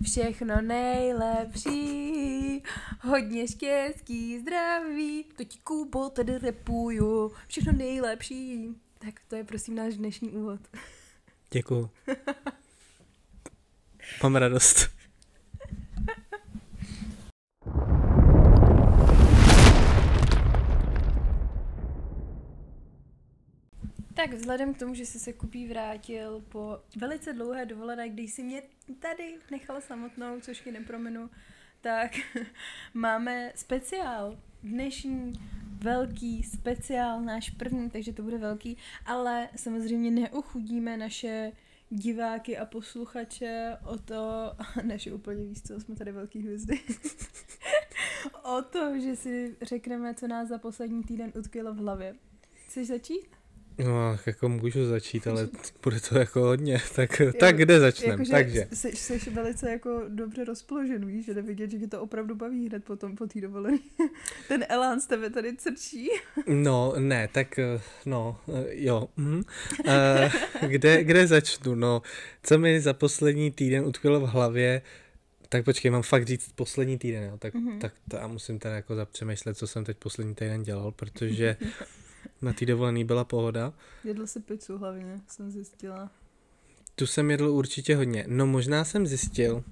všechno nejlepší, hodně štěstí, zdraví, to ti Kubo tady repuju, všechno nejlepší. Tak to je prosím náš dnešní úvod. Děkuju. Mám radost. Tak vzhledem k tomu, že jsi se Kubí vrátil po velice dlouhé dovolené, když jsi mě tady nechala samotnou, což ti neprominu, tak máme speciál. Dnešní velký speciál, náš první, takže to bude velký, ale samozřejmě neuchudíme naše diváky a posluchače o to, naše úplně víc, co jsme tady velký hvězdy, o to, že si řekneme, co nás za poslední týden utkvělo v hlavě. Chceš začít? No, jako můžu začít, ale bude to jako hodně, tak kde začneme, jako, takže. Jsi velice jako dobře rozpoložen, víš, že jde vidět, že tě to opravdu baví hned potom po té dovolené. Ten elán z tebe tady crčí. No, ne, tak, no, jo. Kde začnu, no, co mi za poslední týden utkvělo v hlavě, tak počkej, mám fakt říct poslední týden, jo, tak to já musím teda jako zapřemýšlet, co jsem teď poslední týden dělal, protože na té dovolený byla pohoda. Jedl si pizzu hlavně, jsem zjistila. Tu jsem jedl určitě hodně. No možná jsem zjistil,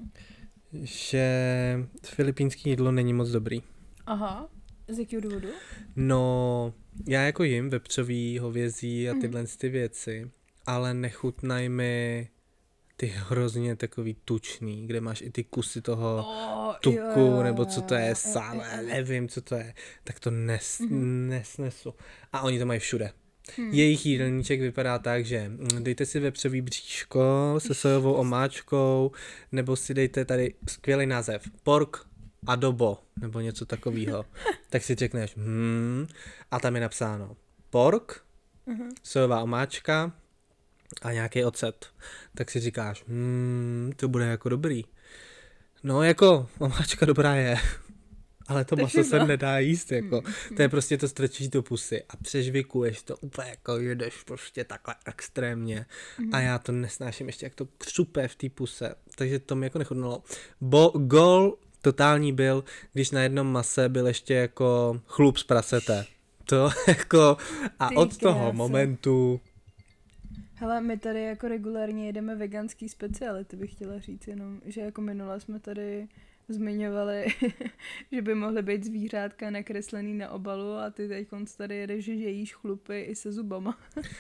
že filipínský jídlo není moc dobrý. Aha, z jakého důvodu? No, já jako jim vepřový, hovězí a tyhle ty věci, ale nechutnají mi ty hrozně takový tučný, kde máš i ty kusy toho tuku, nebo co to je, sám, nevím, co to je, tak to nesnesu. A oni to mají všude. Jejich jídelníček vypadá tak, že dejte si vepřový bříško se sojovou omáčkou, nebo si dejte tady skvělý název, pork adobo, nebo něco takového. Tak si řekneš, a tam je napsáno pork, sojová omáčka, a nějaký ocet, tak si říkáš, to bude jako dobrý. No jako, omáčka dobrá je, ale to maso se nedá jíst, jako. To je prostě, to strčíš do pusy a přežvikuješ to úplně jako jedeš prostě takhle extrémně a já to nesnáším ještě, jak to křupe v té puse, takže to mi jako nechutnalo. Gol totální byl, když na jednom mase byl ještě jako chlup z prasete. To jako, a od toho momentu. Hele, my tady jako regulárně jedeme veganský speciality, bych chtěla říct jenom, že jako minule jsme tady zmiňovali, že by mohly být zvířátka nakreslený na obalu a ty teď tady jedeš, že jíš chlupy i se zubama.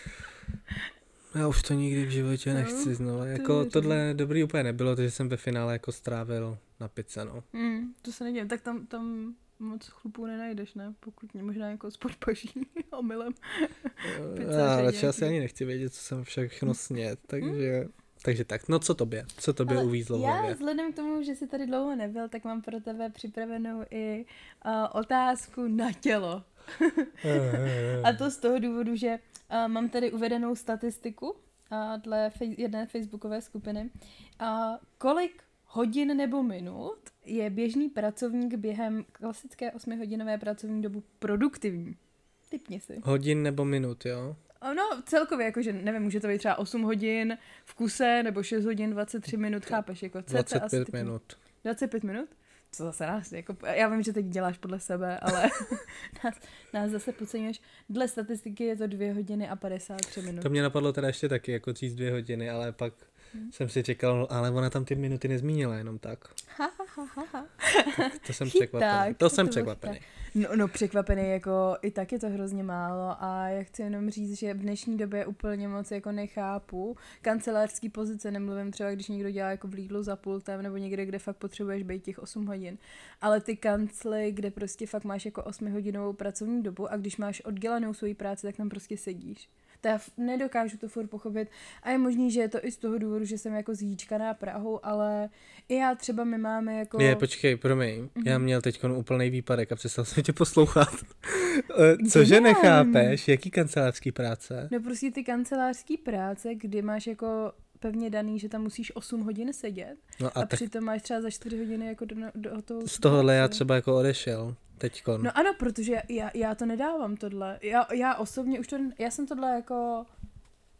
Já už to nikdy v životě nechci znovu. Jako tohle dobrý úplně nebylo, takže jsem ve finále jako strávil na pizze, no. To se nedělám, tak tam moc chlupů nenajdeš, ne? Pokud mě možná jako spod paží omylem. Já radši asi ani nechci vědět, co jsem všechno snět, takže tak. No co tobě uvízlo v hlavě? Já vzhledem k tomu, že jsi tady dlouho nebyl, tak mám pro tebe připravenou i otázku na tělo. A to z toho důvodu, že mám tady uvedenou statistiku dle jedné facebookové skupiny. Kolik hodin nebo minut je běžný pracovník během klasické 8hodinové pracovní dobu produktivní? Tipni si. Hodin nebo minut, jo? No, celkově, jakože, nevím, může to být třeba 8 hodin v kuse, nebo 6 hodin, 23 minut, chápeš, jako 25 minut. 25 minut? Co zase nás, jako, já vím, že teď děláš podle sebe, ale nás zase podceňuješ. Dle statistiky je to 2 hodiny a 53 minut. To mě napadlo teda ještě taky, jako říct 2 hodiny, ale pak jsem si čekal, ale ona tam ty minuty nezmínila jenom tak. To jsem překvapený. To jsem překvapený. No překvapený, jako i tak je to hrozně málo a já chci jenom říct, že v dnešní době úplně moc jako nechápu kancelářský pozice, nemluvím třeba, když někdo dělá jako v Lidlu za pultem nebo někde, kde fakt potřebuješ být těch 8 hodin, ale ty kancly, kde prostě fakt máš jako 8hodinovou pracovní dobu a když máš oddělanou svoji práci, tak tam prostě sedíš. To já nedokážu to furt pochopit a je možný, že je to i z toho důvodu, že jsem jako zjíčkaná Prahou, ale i já třeba my máme jako... Počkej, promiň, já měl teď úplný výpadek a přestal jsem tě poslouchat. Cože nechápeš? Jaký kancelářský práce? No prostě ty kancelářský práce, kdy máš jako pevně daný, že tam musíš 8 hodin sedět a přitom máš třeba za 4 hodiny jako do toho... Z tohohle já třeba jako odešel. Teďkon. No ano, protože já to nedávám tohle. Já osobně už to, já jsem tohle jako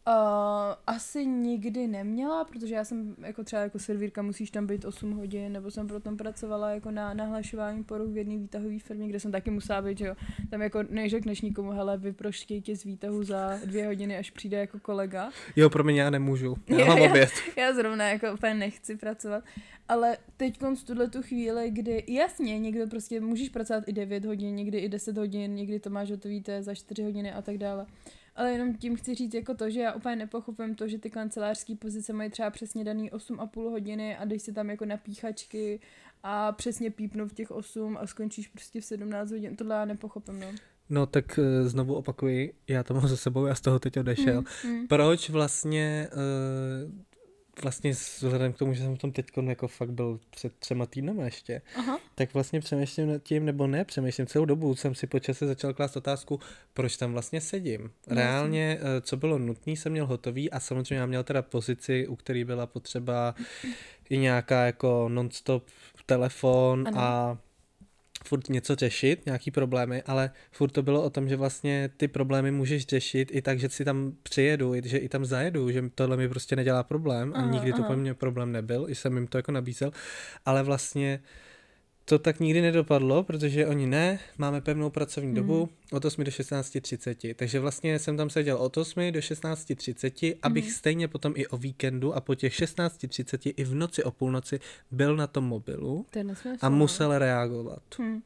Asi nikdy neměla, protože já jsem jako třeba jako servírka musíš tam být 8 hodin, nebo jsem potom pracovala jako na nahlašování poruch v jedné výtahové firmě, kde jsem taky musela být, že jo. Tam jako neřekneš nikomu, hele, vyproštěj tě z výtahu za 2 hodiny, až přijde jako kolega. Jo, pro mě já nemůžu, já mám oběd. Já zrovna jako úplně nechci pracovat, ale teďkon v tuhletu chvíli, kdy jasně, někdo prostě můžeš pracovat i 9 hodin, někdy i 10 hodin, někdy to máš hotový, to je za 4 hodiny a tak dále. Ale jenom tím chci říct jako to, že já úplně nepochopím to, že ty kancelářské pozice mají třeba přesně daný 8,5 hodiny a jdeš si tam jako na píchačky a přesně pípnu v těch 8 a skončíš prostě v 17 hodin. Tohle já nepochopím, no. No tak znovu opakuji, já to mám za sebou, já z toho teď odešel. Proč vlastně vzhledem k tomu, že jsem v tom teďkon jako fakt byl před 3 týdnama ještě, tak vlastně přemýšlím nad tím, nebo ne, přemýšlím celou dobu, jsem si po čase začal klást otázku, proč tam vlastně sedím. Reálně, co bylo nutné, jsem měl hotový a samozřejmě já měl teda pozici, u který byla potřeba i nějaká jako non-stop telefon a furt něco řešit, nějaký problémy, ale furt to bylo o tom, že vlastně ty problémy můžeš řešit i tak, že si tam přijedu, že i tam zajedu, že tohle mi prostě nedělá problém a nikdy to pro mě problém nebyl, i jsem jim to jako nabízel, ale vlastně to tak nikdy nedopadlo, protože oni máme pevnou pracovní dobu od 8 do 16:30, takže vlastně jsem tam seděl od 8 do 16:30, abych stejně potom i o víkendu a po těch 16:30 i v noci o půlnoci byl na tom mobilu a musel reagovat.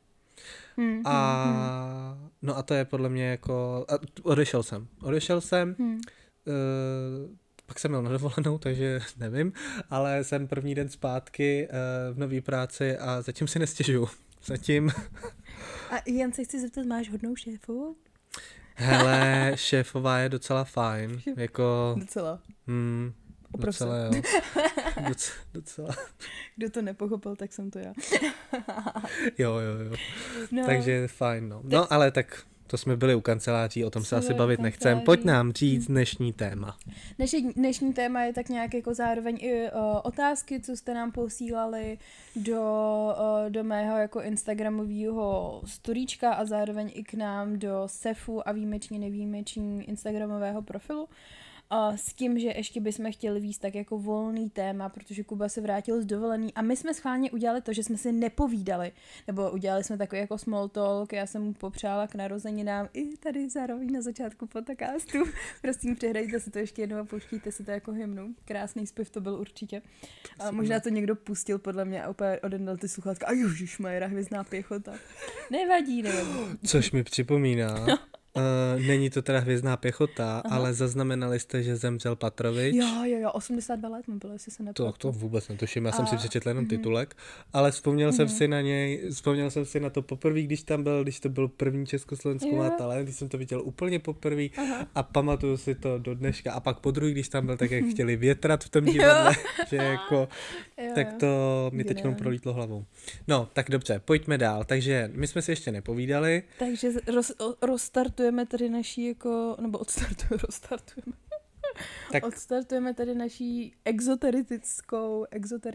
No a to je podle mě jako... Odešel jsem, pak jsem měl na dovolenou, takže nevím, ale jsem první den zpátky v nový práci a zatím si nestěžuju. Zatím... A jen se chci zeptat, máš hodnou šéfu? Hele, šéfová je docela fajn. Jako... Docela. Docela, jo. Docela. Kdo to nepochopil, tak jsem to já. Jo. No. Takže je fajn, no. No, ale tak... To jsme byli u kanceláří, o tom se asi bavit nechcem. Pojď nám říct dnešní téma. Dnešní téma je tak nějak jako zároveň i otázky, co jste nám posílali do mého jako instagramového storíčka a zároveň i k nám do Sefu a výjimečně nevýjimečný instagramového profilu. S tím, že ještě bychom chtěli víc tak jako volný téma, protože Kuba se vrátil z dovolený a my jsme schválně udělali to, že jsme si nepovídali, nebo udělali jsme takový jako small talk, já jsem mu popřála k narozeninám i tady zároveň na začátku podcastu. Prosím, přehrajte si to ještě jednou a pouštíte si to jako hymnu. Krásný zpěv to byl určitě. A možná to někdo pustil podle mě a úplně odendal ty sluchátka a ježišmajera, Hvězdná pěchota. Nevadí. Což mi připomíná... Není to teda Hvězdná pěchota, ale zaznamenali jste, že zemřel Patrovič. Jo, 82 let mu bylo, jestli se nepletu. To vůbec netuším, já jsem si přečetl jenom titulek, ale vzpomněl jsem si na něj, vzpomněl jsem si na to poprvé, když to byl první Československo má talent, když jsem to viděl úplně poprvé a pamatuju si to do dneška a pak podruhý, když tam byl, tak jak chtěli větrat v tom divadle, že jako, tak to mi teď prolítlo hlavou. No, tak dobře, pojďme dál, takže my jsme si ještě nepovídali. Takže rozstartujeme tady naší jako, nebo rozstartujeme. Tak. Odstartujeme tady naší exoterickou,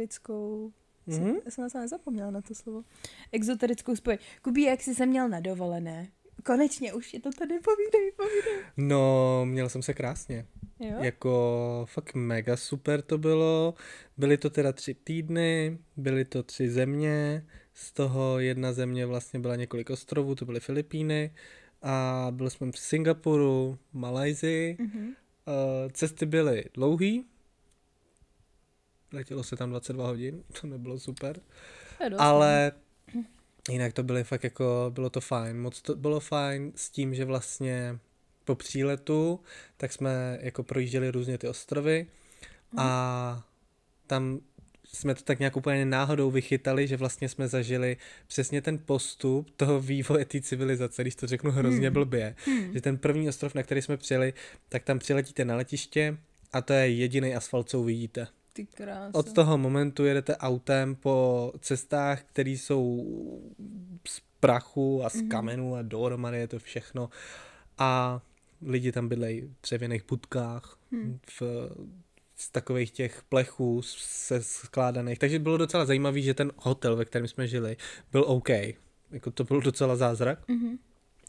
jsem nezapomněla na to slovo, exoterickou spoj. Kubí, jak jsi se měl na dovolené? Konečně už je to tady, povídej. No, měl jsem se krásně. Jo? Jako fakt mega super to bylo. Byly to teda 3 týdny, byly to 3 země, z toho jedna země vlastně byla několik ostrovů, to byly Filipíny a byli jsme v Singapuru, Malajsii. Cesty byly dlouhý, letělo se tam 22 hodin, to nebylo super, ale jinak to byly fakt jako, bylo to fajn, moc to bylo fajn s tím, že vlastně po příletu, tak jsme jako projížděli různě ty ostrovy a tam jsme to tak nějak úplně náhodou vychytali, že vlastně jsme zažili přesně ten postup toho vývoje té civilizace, když to řeknu hrozně blbě, že ten první ostrov, na který jsme přijeli, tak tam přiletíte na letiště a to je jediný asfalt, co uvidíte. Ty krása. Od toho momentu jedete autem po cestách, které jsou z prachu a z kamenů a dohromady je to všechno a lidi tam bydlejí v dřevěných budkách, z takových těch plechů se skládaných. Takže bylo docela zajímavý, že ten hotel, ve kterém jsme žili, byl OK. Jako to byl docela zázrak.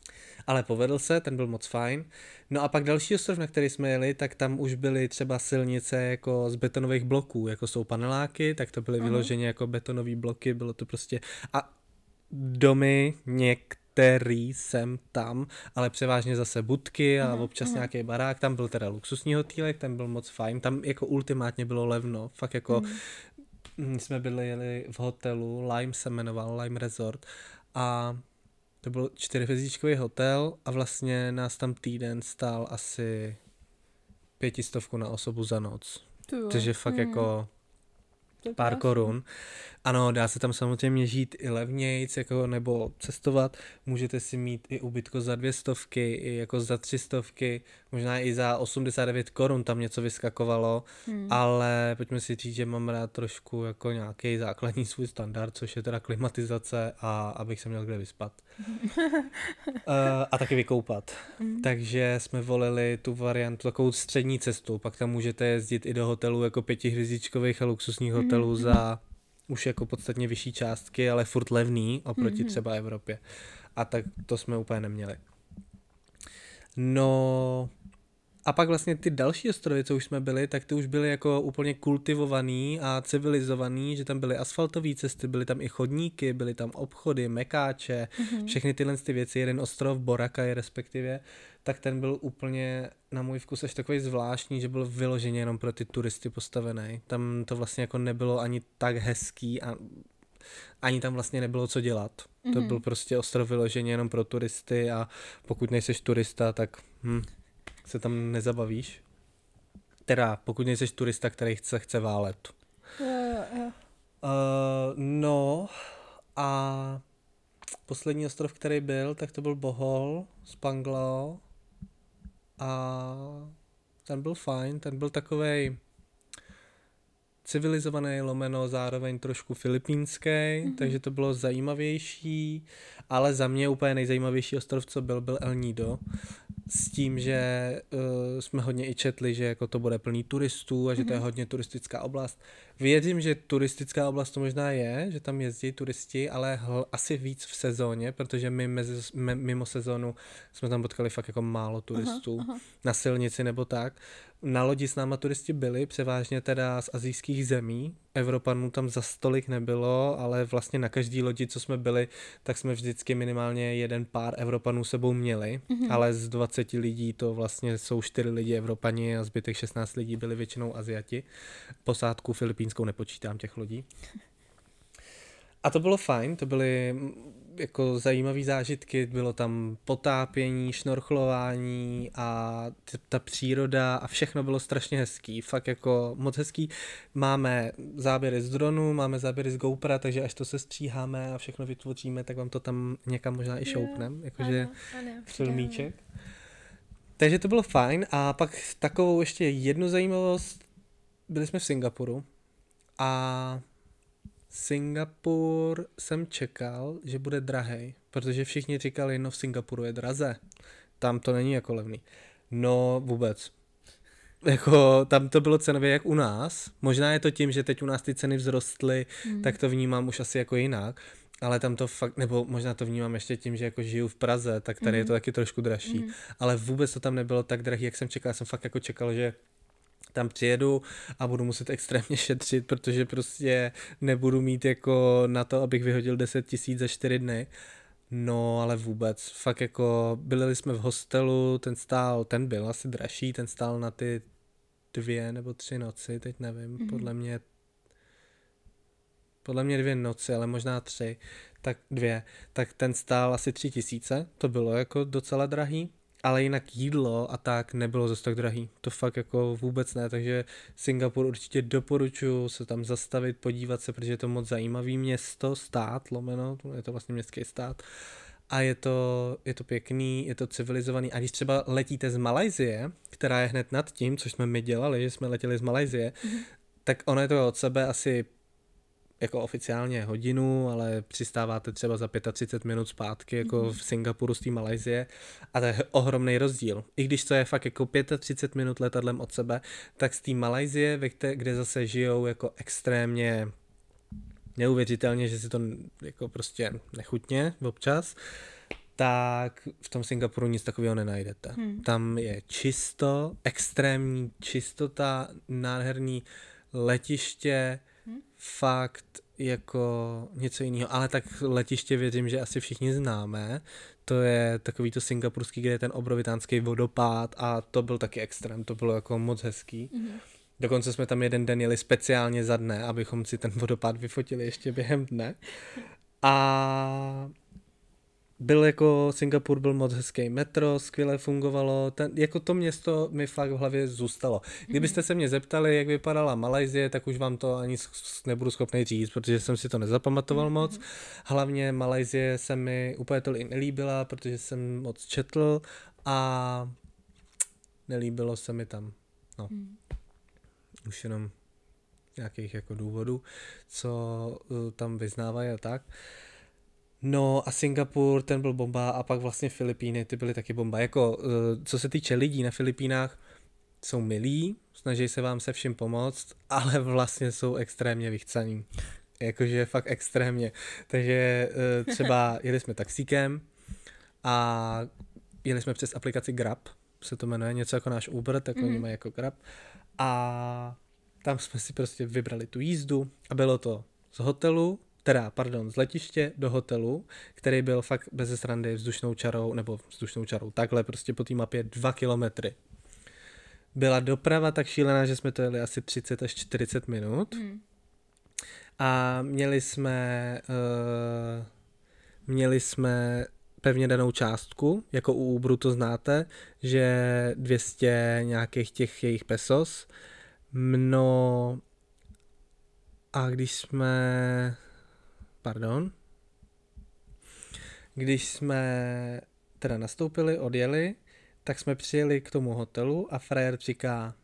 ale povedl se, ten byl moc fajn. No a pak další ostrov, na který jsme jeli, tak tam už byly třeba silnice jako z betonových bloků, jako jsou paneláky, tak to byly vyloženě jako betonové bloky, bylo to prostě a domy některý sem tam, ale převážně zase budky a občas nějaký barák, tam byl teda luxusní hotýlek, ten byl moc fajn, tam jako ultimátně bylo levno, fakt jako jsme byli v hotelu, Lime se jmenoval, Lime Resort a to byl 4hvězdičkový hotel a vlastně nás tam týden stál asi 500 na osobu za noc. Takže fakt jako pár korun. Ano, dá se tam samozřejmě žít i levnějc, jako, nebo cestovat. Můžete si mít i ubytko za 200, i jako za 300, možná i za 89 korun tam něco vyskakovalo, ale pojďme si říct, že mám rád trošku jako nějaký základní svůj standard, což je teda klimatizace a abych se měl kde vyspat. A taky vykoupat. Takže jsme volili tu variantu, takovou střední cestu, pak tam můžete jezdit i do hotelů jako 5hvězdičkových a luxusních hotelů za už jako podstatně vyšší částky, ale furt levný oproti třeba Evropě. A tak to jsme úplně neměli. No a pak vlastně ty další ostrovy, co už jsme byli, tak ty už byly jako úplně kultivovaný a civilizovaný, že tam byly asfaltové cesty, byly tam i chodníky, byly tam obchody, mekáče, všechny tyhle ty věci. Jeden ostrov, Boracay respektive, tak ten byl úplně na můj vkus až takový zvláštní, že byl vyloženě jenom pro ty turisty postavený. Tam to vlastně jako nebylo ani tak hezký a ani tam vlastně nebylo co dělat. To byl prostě ostrov vyloženě jenom pro turisty a pokud nejseš turista, tak se tam nezabavíš. Teda, pokud nejseš turista, který chce válet. No a poslední ostrov, který byl, tak to byl Bohol z Panglao a ten byl fajn, ten byl takovej civilizovaný, lomeno, zároveň trošku filipínský, takže to bylo zajímavější, ale za mě úplně nejzajímavější ostrov, co byl El Nido, s tím, že jsme hodně i četli, že jako to bude plný turistů a že to je hodně turistická oblast. Věřím, že turistická oblast to možná je, že tam jezdí turisti, ale asi víc v sezóně, protože my mimo sezónu jsme tam potkali fakt jako málo turistů na silnici nebo tak. Na lodi s náma turisti byli, převážně teda z asijských zemí. Evropanů tam za stolik nebylo, ale vlastně na každý lodi, co jsme byli, tak jsme vždycky minimálně jeden pár Evropanů sebou měli, ale z 20 lidí to vlastně jsou 4 lidi Evropani a zbytek 16 lidí byli většinou Aziati. Posádku filipínskou nepočítám těch lodí. A to bylo fajn, to byly jako zajímavý zážitky, bylo tam potápění, šnorchlování a ta příroda a všechno bylo strašně hezký, fakt jako moc hezký. Máme záběry z dronu, máme záběry z GoPro, takže až to se stříháme a všechno vytvoříme, tak vám to tam někam možná i šoupnem, jakože filmíček. Takže to bylo fajn a pak takovou ještě jednu zajímavost, byli jsme v Singapuru a Singapur jsem čekal, že bude drahej, protože všichni říkali, no v Singapuru je draze, tam to není jako levný. No vůbec. Jako tam to bylo cenově jak u nás, možná je to tím, že teď u nás ty ceny vzrostly, tak to vnímám už asi jako jinak, ale tam to fakt, nebo možná to vnímám ještě tím, že jako žiju v Praze, tak tady je to taky trošku dražší, ale vůbec to tam nebylo tak drahý, jak jsem čekal, já jsem fakt jako čekal, že tam přijedu a budu muset extrémně šetřit, protože prostě nebudu mít jako na to, abych vyhodil 10 000 za 4 dny. No ale vůbec, fakt jako byli jsme v hostelu, ten byl asi dražší, ten stál na ty 2 nebo 3 noci, teď nevím, podle mě 2 noci, ale možná 3, tak 2, tak ten stál asi 3 000, to bylo jako docela drahý. Ale jinak jídlo a tak nebylo zase tak drahý. To fakt jako vůbec ne, takže Singapur určitě doporučuji se tam zastavit, podívat se, protože je to moc zajímavý město, stát, lomeno, je to vlastně městský stát. A je to pěkný, je to civilizovaný. A když třeba letíte z Malajsie, která je hned nad tím, což jsme my dělali, že jsme letěli z Malajsie, tak ono je to od sebe asi jako oficiálně hodinu, ale přistáváte třeba za 35 minut zpátky, jako v Singapuru z té Malajsie a to je ohromný rozdíl. I když to je fakt jako 35 minut letadlem od sebe, tak z té Malajsie, kde zase žijou jako extrémně neuvěřitelně, že si to jako prostě nechutně občas, tak v tom Singapuru nic takového nenajdete. Tam je čisto, extrémní čistota, nádherný letiště, fakt jako něco jiného. Ale tak letiště věřím, že asi všichni známe. To je takový to singapurský, kde je ten obrovitánský vodopád a to byl taky extrém, to bylo jako moc hezký. Dokonce jsme tam jeden den jeli speciálně za dne, abychom si ten vodopád vyfotili ještě během dne. A byl jako Singapur byl moc hezký, metro skvěle fungovalo, jako to město mi fakt v hlavě zůstalo. Kdybyste se mě zeptali, jak vypadala Malajsie, tak už vám to ani nebudu schopný říct, protože jsem si to nezapamatoval moc. Hlavně Malajsie se mi úplně tolik nelíbila, protože jsem moc četl a nelíbilo se mi tam. No. Už jenom nějakých jako důvodů, co tam vyznávají a tak. No a Singapur, ten byl bomba a pak vlastně Filipíny, ty byly taky bomba. Jako, co se týče lidí na Filipínách, jsou milí, snaží se vám se vším pomoct, ale vlastně jsou extrémně vychcaní. Jakože fakt extrémně. Takže třeba jeli jsme taxíkem a jeli jsme přes aplikaci Grab, se to jmenuje, něco jako náš Uber, tak oni mají jako Grab. A tam jsme si prostě vybrali tu jízdu a bylo to z letiště do hotelu, který byl fakt bez srandy vzdušnou čarou, takhle prostě po té mapě 2 kilometry. Byla doprava tak šílená, že jsme to jeli asi 30 až 40 minut. A měli jsme pevně danou částku, jako u Uberu to znáte, že 200 nějakých těch jejich pesos. No a když jsme teda nastoupili, odjeli, tak jsme přijeli k tomu hotelu a frajer říká,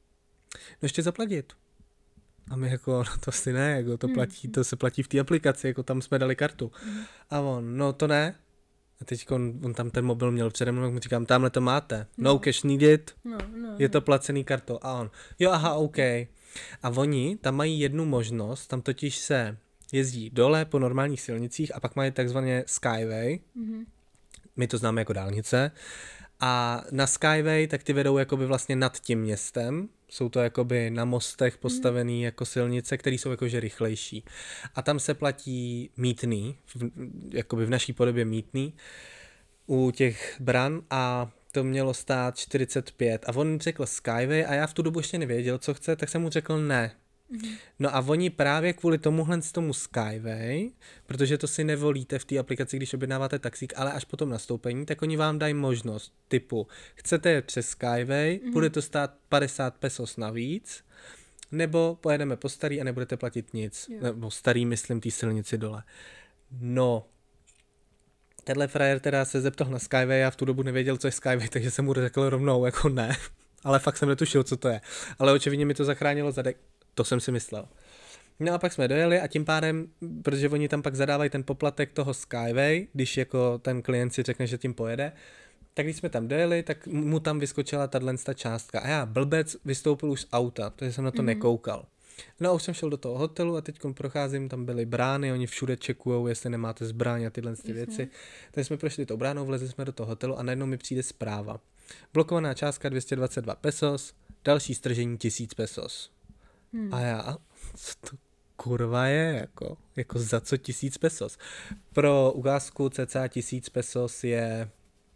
no ještě zaplatit. A my jako, no to asi ne, jako to se platí v té aplikaci, jako tam jsme dali kartu. A on, no to ne. A teď on tam ten mobil měl přede mnou, tak mu říkám, tamhle to máte. No cash needed, je to placený kartou. A on, jo aha, OK. A oni tam mají jednu možnost, tam totiž se jezdí dole po normálních silnicích a pak mají takzvané Skyway. My to známe jako dálnice. A na Skyway tak ty vedou jakoby vlastně nad tím městem. Jsou to jakoby na mostech postavený jako silnice, které jsou jakože rychlejší. A tam se platí mýtný, jakoby v naší podobě mýtný u těch bran a to mělo stát 45. A on řekl Skyway a já v tu dobu ještě nevěděl, co chce, tak jsem mu řekl ne. No a oni právě kvůli tomuhle z tomu Skyway, protože to si nevolíte v té aplikaci, když objednáváte taxík, ale až po tom nastoupení, tak oni vám dají možnost typu, chcete jet přes Skyway, bude to stát 50 pesos navíc, nebo pojedeme po starý a nebudete platit nic. Nebo starý, myslím, té silnici dole. No, tenhle frajer teda se zeptal na Skyway, já v tu dobu nevěděl, co je Skyway, takže jsem mu řekl rovnou jako ne. Ale fakt jsem netušil, co to je. Ale očividně mi to zachránilo zadek. To jsem si myslel. No a pak jsme dojeli a tím pádem, protože oni tam pak zadávají ten poplatek toho Skyway, když jako ten klient si řekne, že tím pojede, tak když jsme tam dojeli, tak mu tam vyskočila tato částka. A já blbec vystoupil už z auta, protože jsem na to nekoukal. No a už jsem šel do toho hotelu a teď procházím, tam byly brány, oni všude čekujou, jestli nemáte zbraň a tyhle věci. Takže jsme prošli tou bránou, vlezli jsme do toho hotelu a najednou mi přijde zpráva. Blokovaná částka 222 pesos, další stržení 1000 pesos. A já, co to kurva je, jako za co 1000 pesos? Pro ukázku cca 1000 pesos je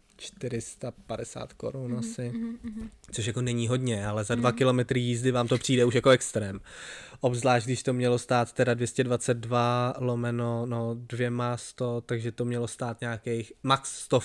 450 korun asi, což jako není hodně, ale za 2 kilometry jízdy vám to přijde už jako extrém. Obzvlášť, když to mělo stát teda 222 lomeno, 200, takže to mělo stát nějakých max 100.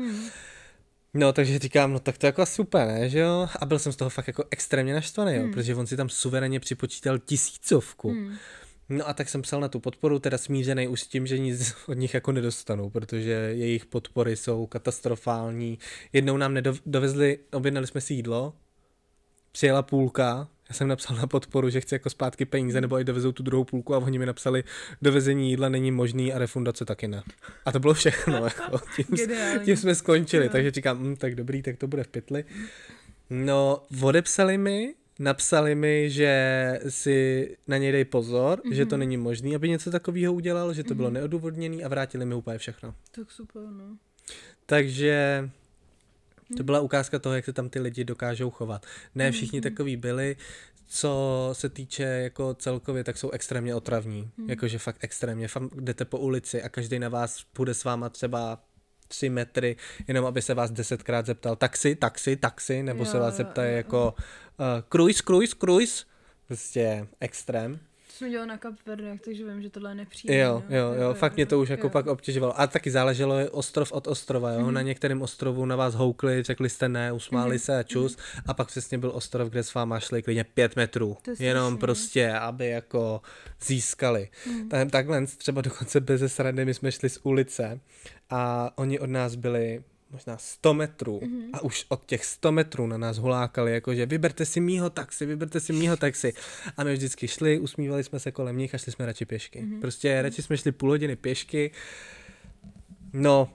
No, takže říkám, no tak to jako super, ne, že jo? A byl jsem z toho fakt jako extrémně naštvaný, jo, protože on si tam suverénně připočítal 1000. No a tak jsem psal na tu podporu, teda smířený už s tím, že nic od nich jako nedostanu, protože jejich podpory jsou katastrofální. Jednou nám dovezli, objednali jsme si jídlo, přijela půlka, já jsem napsal na podporu, že chci jako zpátky peníze, nebo ať dovezou tu druhou půlku a oni mi napsali, dovezení jídla není možný a refundace taky ne. A to bylo všechno, jako, tím jsme skončili, takže říkám, tak dobrý, tak to bude v pytli. No, odepsali mi, napsali mi, že si na něj dej pozor, že to není možný, aby něco takového udělal, že to bylo neodůvodněný a vrátili mi úplně všechno. Tak super, no. Takže to byla ukázka toho, jak se tam ty lidi dokážou chovat. Ne všichni takový byli, co se týče jako celkově, tak jsou extrémně otravní. Jakože fakt extrémně. Jdete po ulici a každý na vás půjde s váma třeba 3 metry, jenom aby se vás 10krát zeptal taxi, nebo se vás zeptají jako cruise. Prostě extrém. To jsme dělali na Kapverdech, takže vím, že tohle je nepříjemné. Jo, fakt mě to už jako pak obtěžovalo. A taky záleželo ostrov od ostrova, jo. Na některém ostrovu na vás houkli, řekli jste ne, usmáli se a čus. A pak přesně byl ostrov, kde s váma šli klidně 5 metrů. Jenom prostě, aby jako získali. Takhle třeba dokonce beze srandy, my jsme šli z ulice a oni od nás byli možná 100 metrů a už od těch 100 metrů na nás hulákali, jakože vyberte si mýho taxi. A my vždycky šli, usmívali jsme se kolem nich a šli jsme radši pěšky. Prostě radši jsme šli půl hodiny pěšky. No,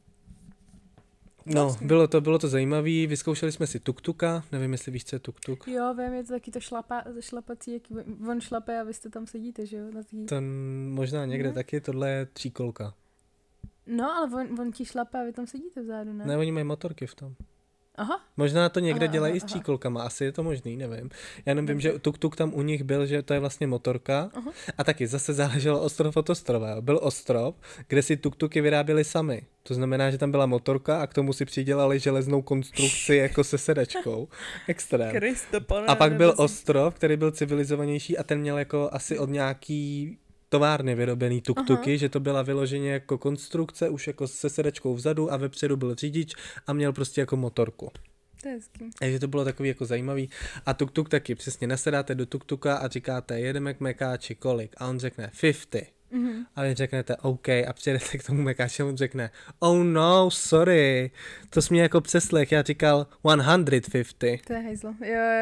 bylo to zajímavý, vyzkoušeli jsme si tuk-tuka, nevím, jestli víš, co je tuk-tuk. Jo, vím, je to taky to šlapací, jaký on šlape a vy jste tam sedíte, že jo? To možná někde taky, tohle je 3kolka. No, ale on ti šlape a vy tam sedíte vzadu, ne? Ne, oni mají motorky v tom. Aha. Možná to někde dělají i s 3kolkama, asi je to možný, nevím. Já jenom vím, že tuk-tuk tam u nich byl, že to je vlastně motorka. A taky zase záleželo ostrov od ostrova. Byl ostrov, kde si tuk-tuky vyráběli sami. To znamená, že tam byla motorka a k tomu si přidělali železnou konstrukci jako se sedačkou. Extrém. A pak byl ostrov, který byl civilizovanější a ten měl jako asi od nějaký továrny vyrobený tuk-tuky, že to byla vyloženě jako konstrukce, už jako se sedačkou vzadu a vepředu byl řidič a měl prostě jako motorku. To je hezký. Takže to bylo takový jako zajímavý. A tuk-tuk taky, přesně nasedáte do tuk-tuka a říkáte, jedeme k Mekáči, kolik? A on řekne 50. A vy řeknete OK a přijedete k tomu Mekáči a on řekne oh no, sorry, to jsi mě jako přeslech, já říkal 150. To je hejzlo,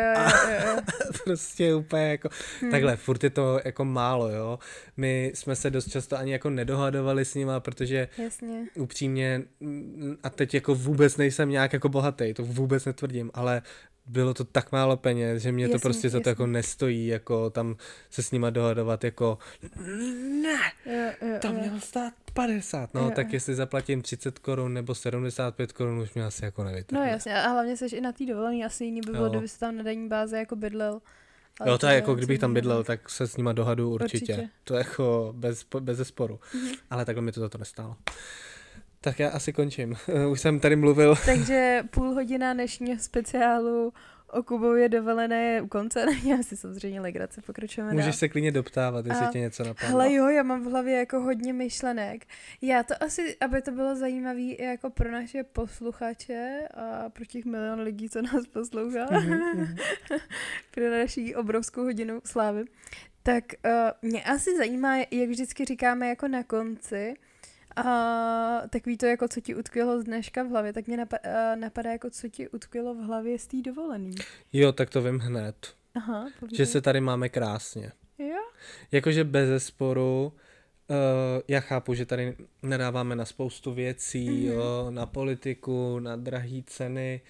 jo. Prostě úplně jako, takhle, furt je to jako málo, jo. My jsme se dost často ani jako nedohadovali s nima, protože jasně. Upřímně, a teď jako vůbec nejsem nějak jako bohatý, to vůbec netvrdím, ale bylo to tak málo peněz, že mě to prostě za to jako nestojí, jako tam se s nima dohadovat, jako ne, to mělo stát 50, no tak jestli zaplatím 30 korun nebo 75 korun, už mě asi jako nevytrhne. No jasně, a hlavně seš i na té dovolený, asi jiný by bylo, kdyby se tam na denní báze jako bydlel. Jo, to je jako, kdybych tam bydlel, tak se s nima dohadu určitě. To je jako bez zesporu, ale takhle mi to za to nestálo. Tak já asi končím. Už jsem tady mluvil. Takže půl hodina dnešního speciálu o Kubově dovolené je u konce. Já si samozřejmě legrace, pokračujeme Můžeš se klidně doptávat, jestli tě něco napadlo. Hele jo, já mám v hlavě jako hodně myšlenek. Já to asi, aby to bylo zajímavé i jako pro naše posluchače a pro těch 1 milion lidí, co nás poslouchá. Pro naší obrovskou hodinu slávy. Tak mě asi zajímá, jak vždycky říkáme jako na konci, a takový to, jako co ti utkvělo z dneška v hlavě, tak mě napadá, jako co ti utkvělo v hlavě z té dovolený. Jo, tak to vím hned. Aha, že se tady máme krásně. Jo? Jakože bezesporu, já chápu, že tady nadáváme na spoustu věcí, jo, na politiku, na drahé ceny,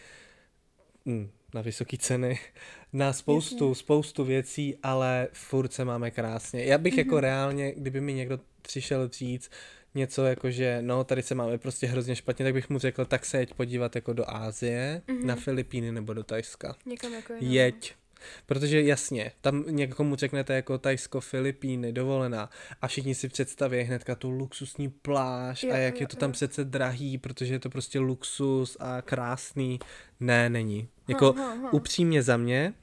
na vysoké ceny, na spoustu věcí, ale furt se máme krásně. Já bych jako reálně, kdyby mi někdo přišel říct něco jako, že no, tady se máme prostě hrozně špatně, tak bych mu řekl, tak se jeď podívat jako do Asie, na Filipíny nebo do Thajska. Někam jako jeď. Protože jasně, tam někomu řeknete jako Thajsko, Filipíny, dovolená a všichni si představí hnedka tu luxusní pláž a jak je to tam přece drahý, protože je to prostě luxus a krásný. Ne, není. Jako upřímně za mě,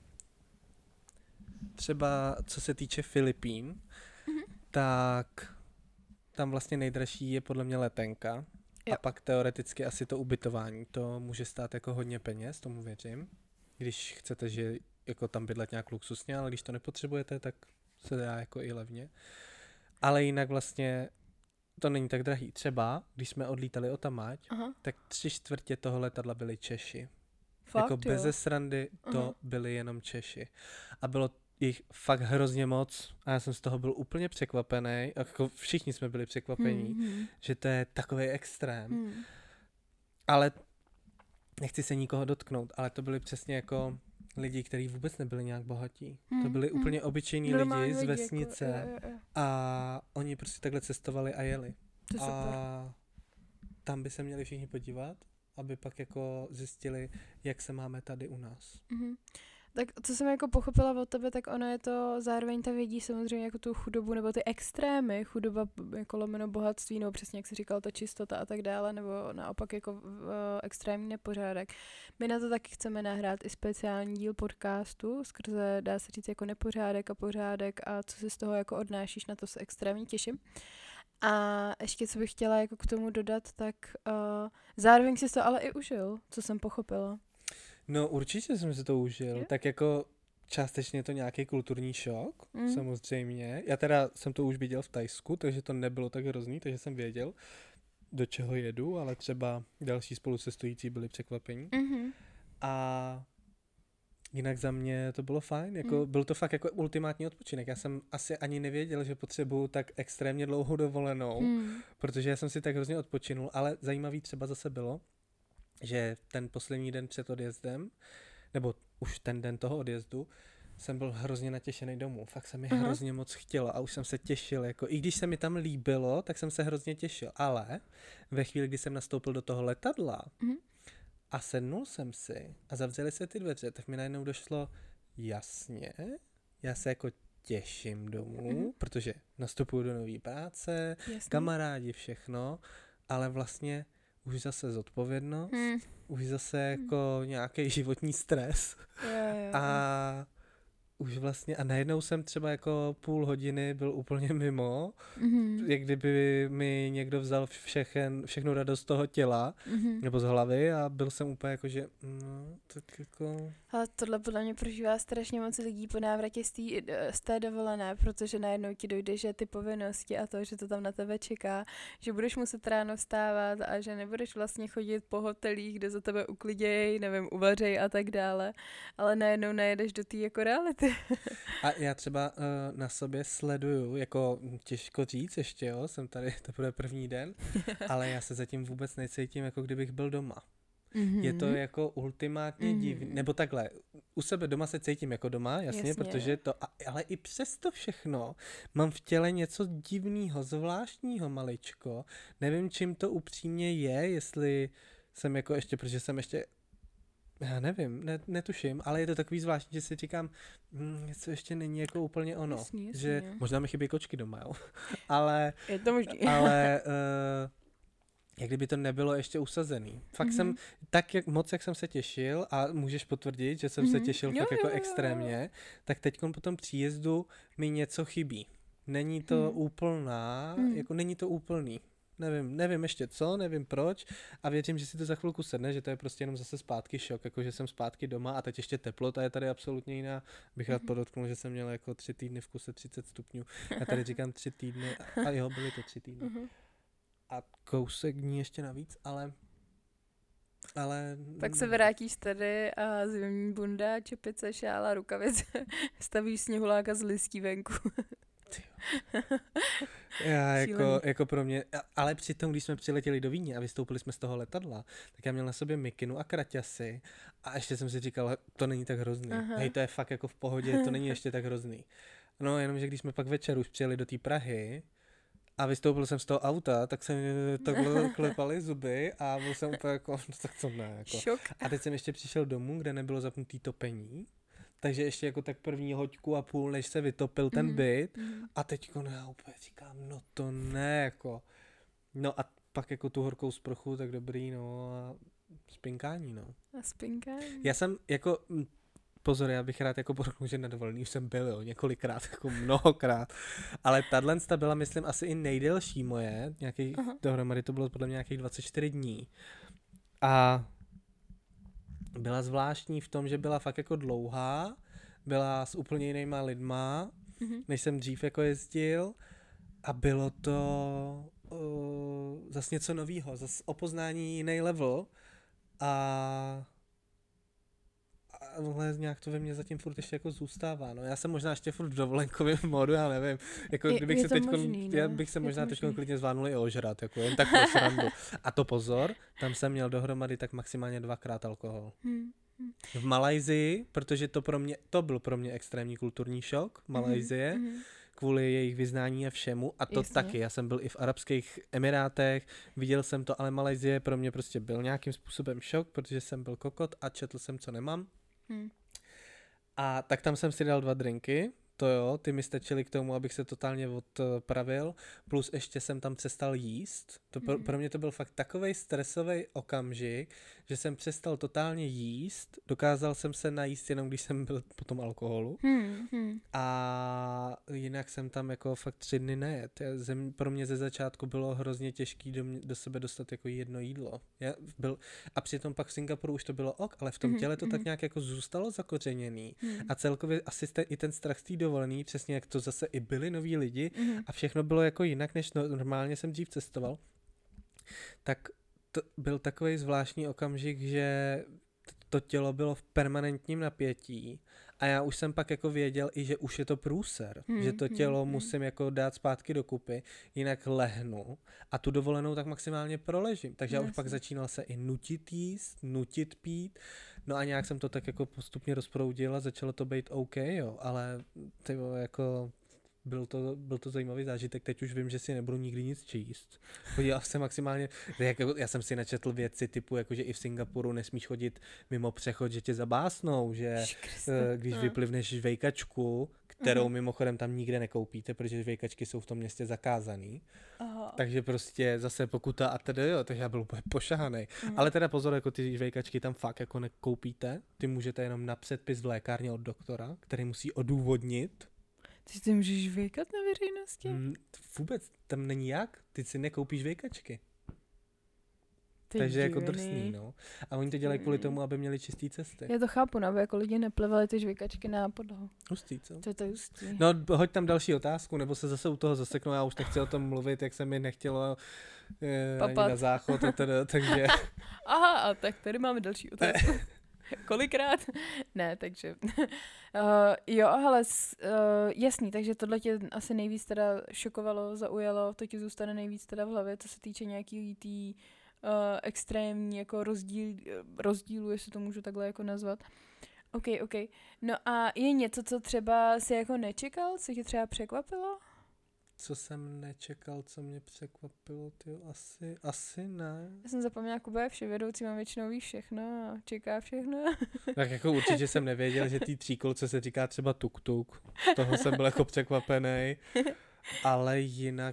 třeba co se týče Filipín, tak tam vlastně nejdražší je podle mě letenka a pak teoreticky asi to ubytování. To může stát jako hodně peněz, tomu věřím. Když chcete, že jako tam bydlet nějak luxusně, ale když to nepotřebujete, tak se dá jako i levně. Ale jinak vlastně to není tak drahý. Třeba, když jsme odlítali od Tamáť, tak 3/4 toho letadla byli Češi. Fakt, jako beze srandy to byli jenom Češi. A bylo jich fakt hrozně moc a já jsem z toho byl úplně překvapený, jako všichni jsme byli překvapení, že to je takový extrém. Ale nechci se nikoho dotknout, ale to byli přesně jako lidi, kteří vůbec nebyli nějak bohatí. To byli úplně obyčejní lidi z vesnice a oni prostě takhle cestovali a jeli. To super. tam by se měli všichni podívat, aby pak jako zjistili, jak se máme tady u nás. Mm-hmm. Tak co jsem jako pochopila od tebe, tak ono je to, zároveň ta vědí samozřejmě jako tu chudobu, nebo ty extrémy, chudoba jako lomeno bohatství, nebo přesně jak jsi říkal, ta čistota a tak dále, nebo naopak jako extrémní nepořádek. My na to taky chceme nahrát i speciální díl podcastu, skrze, dá se říct, jako nepořádek a pořádek a co si z toho jako odnášíš, na to se extrémně těším. A ještě co bych chtěla jako k tomu dodat, tak zároveň jsi to ale i užil, co jsem pochopila. No určitě jsem si to užil, tak jako částečně je to nějaký kulturní šok, samozřejmě. Já teda jsem to už viděl v Thajsku, takže to nebylo tak hrozný, takže jsem věděl, do čeho jedu, ale třeba další spolucestující byli překvapení. A jinak za mě to bylo fajn, jako byl to fakt jako ultimátní odpočinek. Já jsem asi ani nevěděl, že potřebuju tak extrémně dlouhou dovolenou, protože já jsem si tak hrozně odpočinul, ale zajímavý třeba zase bylo, že ten poslední den před odjezdem, nebo už ten den toho odjezdu, jsem byl hrozně natěšený domů. Fakt se mi hrozně moc chtělo a už jsem se těšil. Jako, i když se mi tam líbilo, tak jsem se hrozně těšil. Ale ve chvíli, kdy jsem nastoupil do toho letadla a sednul jsem si a zavřeli se ty dveře, tak mi najednou došlo, jasně, já se jako těším domů, protože nastupuju do nové práce, kamarádi, všechno, ale vlastně už zase zodpovědnost, už zase jako nějaký životní stres a už vlastně a najednou jsem třeba jako půl hodiny byl úplně mimo, jak kdyby mi někdo vzal všechnu radost z toho těla nebo z hlavy a byl jsem úplně jako, že no, tak jako... Ale tohle podle mě prožívá strašně moc lidí po návratě z té dovolené, protože najednou ti dojde, že ty povinnosti a to, že to tam na tebe čeká, že budeš muset ráno vstávat a že nebudeš vlastně chodit po hotelích, kde za tebe ukliděj, nevím, uvařej a tak dále, ale najednou najedeš do té jako reality. A já třeba na sobě sleduju, jako těžko říct ještě, jo, jsem tady teprve první den, ale já se zatím vůbec necítím, jako kdybych byl doma. Je to jako ultimátně divný, nebo takhle, u sebe doma se cítím jako doma, jasně. Protože to, ale i přesto všechno mám v těle něco divného, zvláštního maličko, nevím, čím to upřímně je, jestli jsem jako ještě, protože jsem ještě já nevím, netuším, ale je to takový zvláštní, že si říkám, něco ještě není jako úplně ono. Jasně. Že možná mi chybí kočky doma, jo. Ale, je to možný. Ale jak kdyby to nebylo ještě usazený. Fakt jsem, tak moc, jak jsem se těšil a můžeš potvrdit, že jsem se těšil fakt jako extrémně, tak teď po tom příjezdu mi něco chybí. Není to úplná, jako není to úplný. Nevím ještě co, nevím proč a věřím, že si to za chvilku sedne, že to je prostě jenom zase zpátky šok, jako že jsem zpátky doma a teď ještě teplota je tady absolutně jiná. Bych rád podotknul, že jsem měl jako 3 týdny v kuse 30 stupňů. Já tady říkám 3 týdny a jo, byly to 3 týdny. A kousek dní ještě navíc, ale... Pak se vrátíš tady a zimní bunda, čepice, šála, rukavice, stavíš sněhuláka z listí venku. Já jako pro mě, ale přitom, když jsme přiletěli do Vídně a vystoupili jsme z toho letadla, tak já měl na sobě mikinu a kraťasy a ještě jsem si říkal, to není tak hrozný. Hej, to je fakt jako v pohodě, to není ještě tak hrozný. No, jenomže když jsme pak večer už přijeli do té Prahy a vystoupil jsem z toho auta, tak se mi takhle klepaly zuby a byl jsem úplně jako, no tak to ne. Jako. Šok. A teď jsem ještě přišel domů, kde nebylo zapnutý topení. Takže ještě jako tak první hoďku a půl, než se vytopil ten byt a teďko já úplně říkám, no to ne, jako. No a pak jako tu horkou sprchu, tak dobrý, no a spinkání, no. A spinkání. Já jsem jako, pozor, já bych rád jako podotknul, že na dovolený už jsem byl, jo, několikrát, jako mnohokrát, ale tato byla, myslím, asi i nejdelší moje, dohromady to bylo podle mě nějakých 24 dní. A byla zvláštní v tom, že byla fakt jako dlouhá, byla s úplně jinýma lidma, než jsem dřív jako jezdil a bylo to zase něco novýho, zase opoznání jiný level a nějak to ve mně zatím furt ještě jako zůstává, no. Já jsem možná ještě furt v dovolenkovém módu, já nevím, jako kdybych se já bych se možná teď klidně zvládnul i ožrat, jako jen tak pro srandu. A to pozor, tam jsem měl dohromady tak maximálně 2krát alkohol. V Malajsii, protože to byl pro mě extrémní kulturní šok, Malajsie, kvůli jejich vyznání a všemu a to Jasně. taky. Já jsem byl i v Arabských Emirátech, viděl jsem to, ale Malajsie pro mě prostě byl nějakým způsobem šok, protože jsem byl kokot a četl jsem, co nemám. A tak tam jsem si dal 2 drinky, to jo, ty mi stačily k tomu, abych se totálně odpravil, plus ještě jsem tam přestal jíst. To pro mě to byl fakt takovej stresový okamžik, že jsem přestal totálně jíst, dokázal jsem se najíst jenom, když jsem byl po tom alkoholu a jinak jsem tam jako fakt 3 dny nejet. Pro mě ze začátku bylo hrozně těžký do sebe dostat jako jedno jídlo. A přitom pak v Singapuru už to bylo ok, ale v tom těle to tak nějak jako zůstalo zakořeněný a celkově asi i ten strach z té dovolený, přesně jak to zase i byli noví lidi a všechno bylo jako jinak, než normálně jsem dřív cestoval, tak to byl takový zvláštní okamžik, že to tělo bylo v permanentním napětí a já už jsem pak jako věděl i, že už je to průser, že to tělo musím jako dát zpátky dokupy, jinak lehnu a tu dovolenou tak maximálně proležím. Takže já už pak začínal se i nutit jíst, nutit pít, no a nějak jsem to tak jako postupně rozproudil a začalo to být OK, jo, ale tyjo, jako byl to zajímavý zážitek, teď už vím, že si nebudu nikdy nic číst. Podíval jsem maximálně, já jsem si načetl věci typu, jako že i v Singapuru nesmíš chodit mimo přechod, že tě zabásnou, že když vyplivneš žvejkačku, kterou mimochodem tam nikde nekoupíte, protože žvejkačky jsou v tom městě zakázaný. Aha. Takže prostě zase pokuta a tedy jo, takže já byl úplně pošahanej. Ale teda pozor, jako ty žvejkačky tam fakt jako nekoupíte, ty můžete jenom na předpis v lékárně od doktora, který musí odůvodnit. Ty můžeš vejkat na veřejnosti? Vůbec, tam není jak, ty si nekoupíš vejkačky. Takže jako drsný, no. A oni to dělají kvůli tomu, aby měli čistý cesty. Já to chápu, aby jako lidi neplevali ty žvejkačky na podlahu. Hustý, co? To je hustý. No, hoď tam další otázku, nebo se zase u toho zaseknu, já už nechci o tom mluvit, jak se mi nechtělo ani na záchod, takže... Aha, a tak tady máme další otázku. Kolikrát? Ne, takže... jo, ale jasný, takže tohle tě asi nejvíc teda šokovalo, zaujalo, to ti zůstane nejvíc teda v hlavě, co se týče nějaký tý extrémní jako rozdílu, jestli to můžu takhle jako nazvat. OK. No a je něco, co třeba si jako nečekal, co tě třeba překvapilo? Co jsem nečekal, co mě překvapilo, tyjo, asi ne. Já jsem zapomněla, Kuba je vševědoucí, mám většinou ví všechno a čeká všechno. Tak jako určitě jsem nevěděl, že tý tříkolce se říká třeba tuk-tuk. Z toho jsem byl jako překvapený. Ale jinak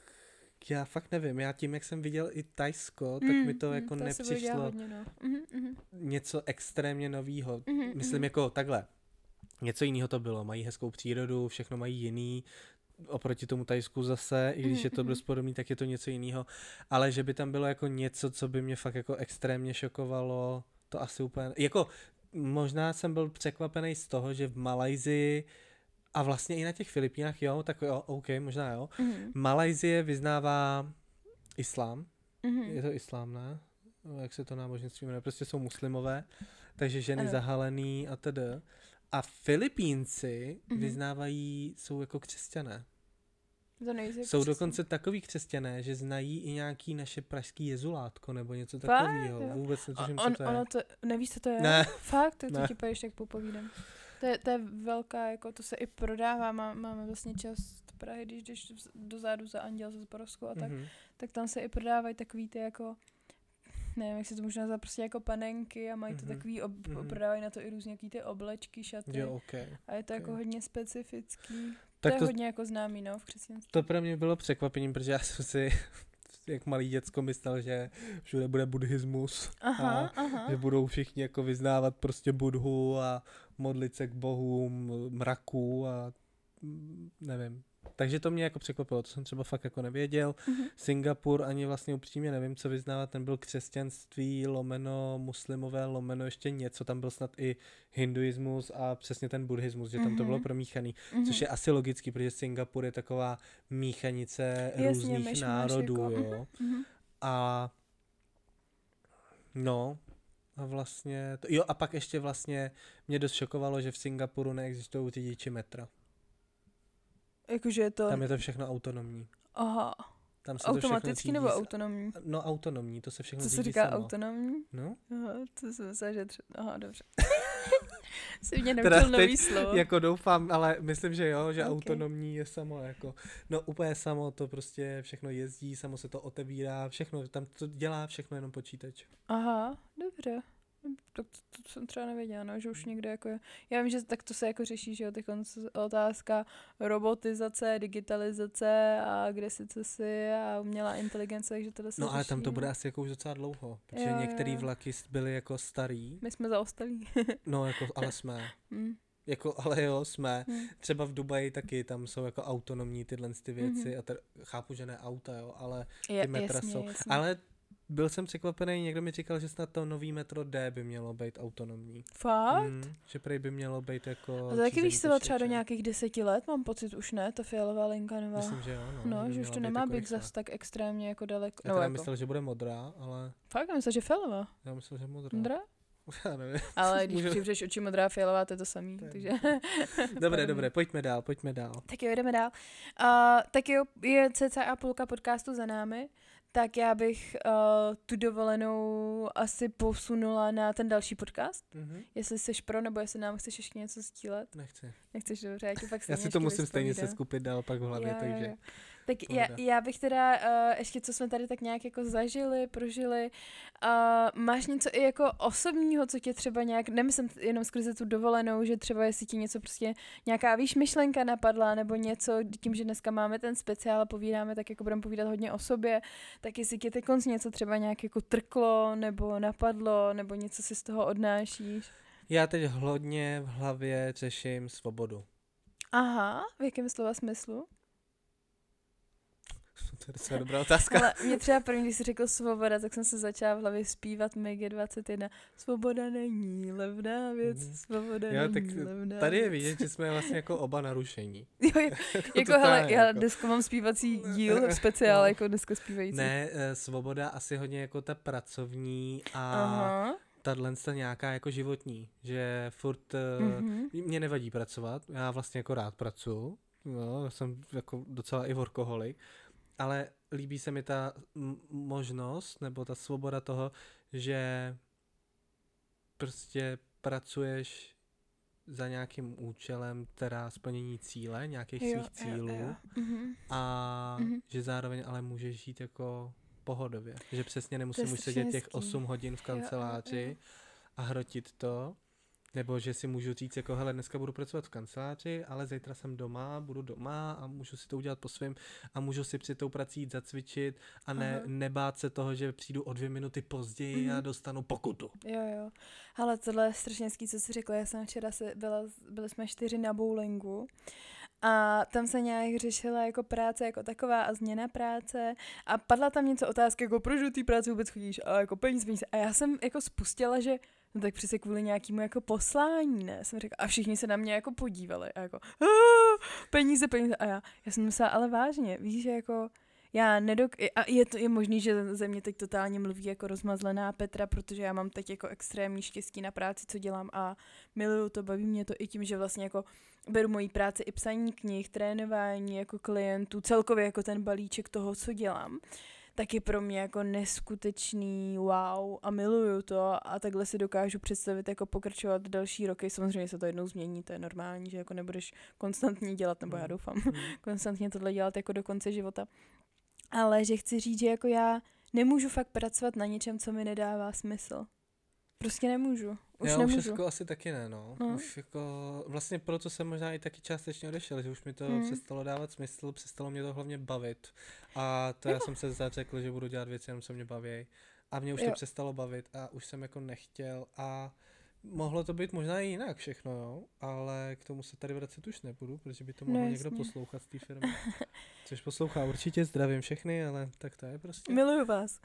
já fakt nevím, já tím, jak jsem viděl i Thajsko, tak mi to jako nepřišlo hodně, no. něco extrémně novýho. Myslím jako takhle. Něco jiného to bylo, mají hezkou přírodu, všechno mají jiný, oproti tomu Thajsku zase, i když je to dost podobný, tak je to něco jiného. Ale že by tam bylo jako něco, co by mě fakt jako extrémně šokovalo, to asi úplně... Jako možná jsem byl překvapený z toho, že v Malajsii a vlastně i na těch Filipínách, jo, tak jo, OK, možná jo. Malajsie vyznává islám. Je to islám, ne? Jak se to náboženství jmenuje? Prostě jsou muslimové, takže ženy zahalený a tedy. A Filipínci vyznávají, jsou jako křesťané. Jsou dokonce takový křesťané, že znají i nějaký naše pražský jezulátko nebo něco takového. Vůbec netuším, co to je. Nevíš, co to je? Ne. Fakt? To ti poješ, tak popovídám. To je velká, jako to se i prodává. Máme vlastně část Prahy, když jdeš dozadu za Anděl, za Zborovskou a tak tam se i prodávají takový ty jako, nevím, jak se to možná nazvat, prostě jako panenky a mají to takový, prodávají na to i různě ty oblečky, šaty. Jo, okay. A je to jako hodně specifický. Tak to je hodně jako známý, no, v křesťanství. To pro mě bylo překvapením, protože já jsem si jak malý děcko myslel, že všude bude buddhismus a že budou všichni jako vyznávat prostě Budhu a modlit se k bohům, mraků a nevím. Takže to mě jako překvapilo, to jsem třeba fakt jako nevěděl. Singapur ani vlastně upřímně nevím, co vyznávat, ten byl křesťanství, lomeno muslimové, lomeno ještě něco, tam byl snad i hinduismus a přesně ten buddhismus, že tam to bylo promíchaný, což je asi logický, protože Singapur je taková míchanice různých národů, jako. Jo. A no, a vlastně, jo a pak ještě vlastně mě dost šokovalo, že v Singapuru neexistují řidiči metra. Jakože je to... Tam je to všechno autonomní. Aha. Tam se automaticky nebo autonomní? No autonomní, to se všechno co řídí se říká samo. Autonomní? No. Aha, to jsem myslela, že aha, dobře. Jsi mě naučil nový slovo. Jako doufám, ale myslím, že jo, že autonomní je samo jako, no úplně samo, to prostě všechno jezdí, samo se to otevírá, všechno, tam to dělá všechno jenom počítač. Aha, dobře. To jsem třeba nevěděla, no, že už někde jako je. Já vím, že tak to se jako řeší, že jo, teď otázka robotizace, digitalizace a kde si co si a umělá inteligence, takže tohle se No ale řeší, tam to bude asi jako už docela dlouho, protože některý vlaky byly jako starý. My jsme zaostalí. No jako, ale jsme. Jako, ale jo, jsme. Třeba v Dubaji taky, tam jsou jako autonomní tyhle ty věci a chápu, že ne auta, jo, ale ty metra jsou. Jasně. Ale byl jsem překvapený, někdo mi říkal, že snad to nový metro D by mělo být autonomní. Fakt? Že prej by mělo být jako... A to taky víš se třeba do nějakých 10 let, mám pocit už ne, ta fialová linka nová. Myslím, že jo, no že už to nemá být zas tak extrémně jako daleko. Já teda myslel, že bude modrá, ale... Fakt? Já myslel, že fialová. Já myslel, že modrá. Modrá? Já nevím. Ale když přivřeš oči modrá a fialová, to je to samý. Takže... Dobré, pojďme dál. Tak jo, jdeme dál. Tak jo, je cca půlka podcastu za námi, tak já bych tu dovolenou asi posunula na ten další podcast. Jestli jsi pro, nebo jestli nám chceš ještě něco sdílet. Nechceš, dobře, já ti pak já si to musím stejně se skupit dál pak v hlavě, takže... Jo. Tak já bych teda, ještě co jsme tady tak nějak jako zažili, prožili, máš něco i jako osobního, co tě třeba nějak, nemyslím jenom skrze tu dovolenou, že třeba jestli ti něco prostě, nějaká myšlenka napadla, nebo něco, tím, že dneska máme ten speciál a povídáme, tak jako budeme povídat hodně o sobě, tak jestli tě teď něco třeba nějak jako trklo, nebo napadlo, nebo něco si z toho odnášíš. Já teď hodně v hlavě řeším svobodu. Aha, v jakém slova smyslu? To je docela dobrá otázka. Ale mě třeba první, když jsi řekl svoboda, tak jsem se začala v hlavě zpívat MG21. Svoboda není levná věc, svoboda není levná tady věc. je vidět, že jsme vlastně jako oba narušení. Jo, jako hele, já dneska mám zpívací díl, speciál, jako dneska zpívající. Ne, svoboda asi hodně jako ta pracovní a tahle nějaká jako životní, že furt mě nevadí pracovat, já vlastně jako rád pracuju, no, jsem jako docela i workoholik, ale líbí se mi ta možnost, nebo ta svoboda toho, že prostě pracuješ za nějakým účelem, teda splnění cíle, nějakých svých cílů a že zároveň ale můžeš žít jako pohodově, že přesně nemusím už sedět těch 8 hodin v kanceláři a hrotit to, nebo že si můžu říct jako hele, dneska budu pracovat v kanceláři, ale zítra jsem doma, budu doma a můžu si to udělat po svém a můžu si při tou prací jít zacvičit a nebát se toho, že přijdu o 2 minuty později a dostanu pokutu. Jo. Hele, tohle je strašně hezký, co jsi řekla. Já jsem včera byli jsme 4 na bowlingu a tam se nějak řešila jako práce jako taková a změna práce a padla tam něco otázky, jako proč do té práce vůbec chodíš a jako peníze. A já jsem jako spustila, že no tak přece kvůli nějakému jako poslání, ne? Jsem řekla, a všichni se na mě jako podívali a jako peníze a já jsem myslela, ale vážně, víš, že jako a je možný, že ze mě teď totálně mluví jako rozmazlená Petra, protože já mám teď jako extrémní štěstí na práci, co dělám a miluju to, baví mě to i tím, že vlastně jako beru moji práci i psaní knih, trénování jako klientů, celkově jako ten balíček toho, co dělám, tak je pro mě jako neskutečný wow a miluju to a takhle si dokážu představit jako pokračovat další roky. Samozřejmě se to jednou změní, to je normální, že jako nebudeš konstantně dělat, nebo já doufám, konstantně tohle dělat jako do konce života. Ale že chci říct, že jako já nemůžu fakt pracovat na něčem, co mi nedává smysl. Prostě nemůžu. Už nemůžu. Už jako asi taky ne, no. Už jako, vlastně proto jsem možná i taky částečně odešel, že už mi to přestalo dávat smysl, přestalo mě to hlavně bavit. A to já jsem se zařekl, že budu dělat věci, jenom co mě baví. A mě už to přestalo bavit a už jsem jako nechtěl a mohlo to být možná i jinak všechno, jo, ale k tomu se tady vracet už nebudu, protože by to mohl někdo poslouchat z té firmy. Což poslouchá určitě, zdravím všechny, ale tak to je prostě. Miluju vás.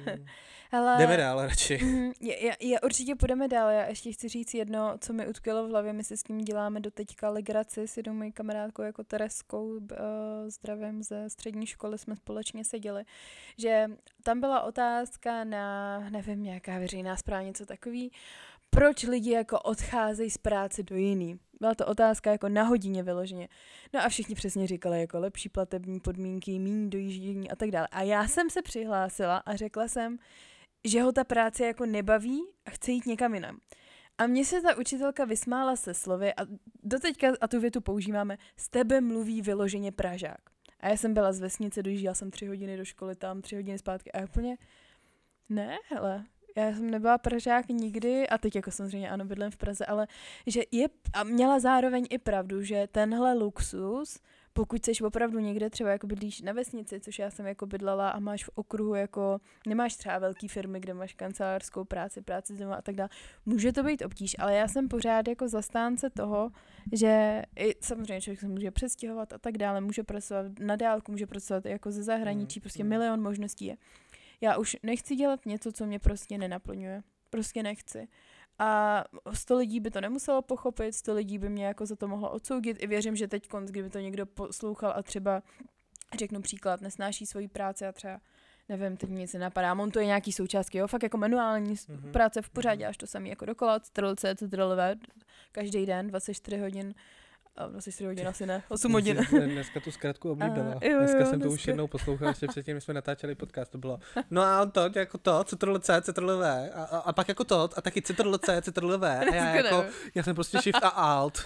Ale jdeme dál radši. Já určitě půjdeme dál, já ještě chci říct jedno, co mi utkvělo v hlavě, my si s tím děláme doteďka legraci s jednou mojí kamarádkou jako Tereskou, zdravím ze střední školy, jsme společně seděli, že tam byla otázka na, nevím, nějaká veřejná zpráva, něco takový, proč lidi jako odcházejí z práce do jiný. Byla to otázka jako na hodině vyloženě. No a všichni přesně říkali jako lepší platební podmínky, míň dojíždění a tak dále. A já jsem se přihlásila a řekla jsem, že ho ta práce jako nebaví a chce jít někam jinam. A mně se ta učitelka vysmála se slovy a doteďka, a tu větu používáme, z tebe mluví vyloženě Pražák. A já jsem byla z vesnice, dojížděla jsem 3 hodiny do školy, tam 3 hodiny zpátky a úplně, ne, hele, já jsem nebyla Pražák nikdy a teď jako samozřejmě ano, bydlím v Praze, ale že a měla zároveň i pravdu, že tenhle luxus, pokud seš opravdu někde třeba jako bydlíš na vesnici, což já jsem jako bydlela a máš v okruhu jako, nemáš třeba velký firmy, kde máš kancelářskou práci z doma a tak dále, může to být obtíž, ale já jsem pořád jako zastánce toho, že i samozřejmě člověk se může přestěhovat a tak dále, může pracovat na dálku, může pracovat jako ze zahraničí, prostě milion možností je. Já už nechci dělat něco, co mě prostě nenaplňuje. Prostě nechci. A 100 lidí by to nemuselo pochopit, 100 lidí by mě jako za to mohlo odsoudit. I věřím, že teď, kdyby to někdo poslouchal a třeba, řeknu příklad, nesnáší svoji práci a třeba, nevím, teď nic nenapadá, montuje nějaký součástky, jo, fakt jako manuální práce v pořádě, až to samý jako dokola, ctrl-V, každý den, 24 hodin, 24 hodin asi ne, 8 hodin. Dneska tu zkratku oblíbila. Dneska jsem to už jednou poslouchal, ještě předtím, když jsme natáčeli podcast, to bylo. No a to, jako to, ctrl-C, ctrl-V, a pak jako to, a taky ctrl-C, ctrl-V, a já jsem prostě shift a alt.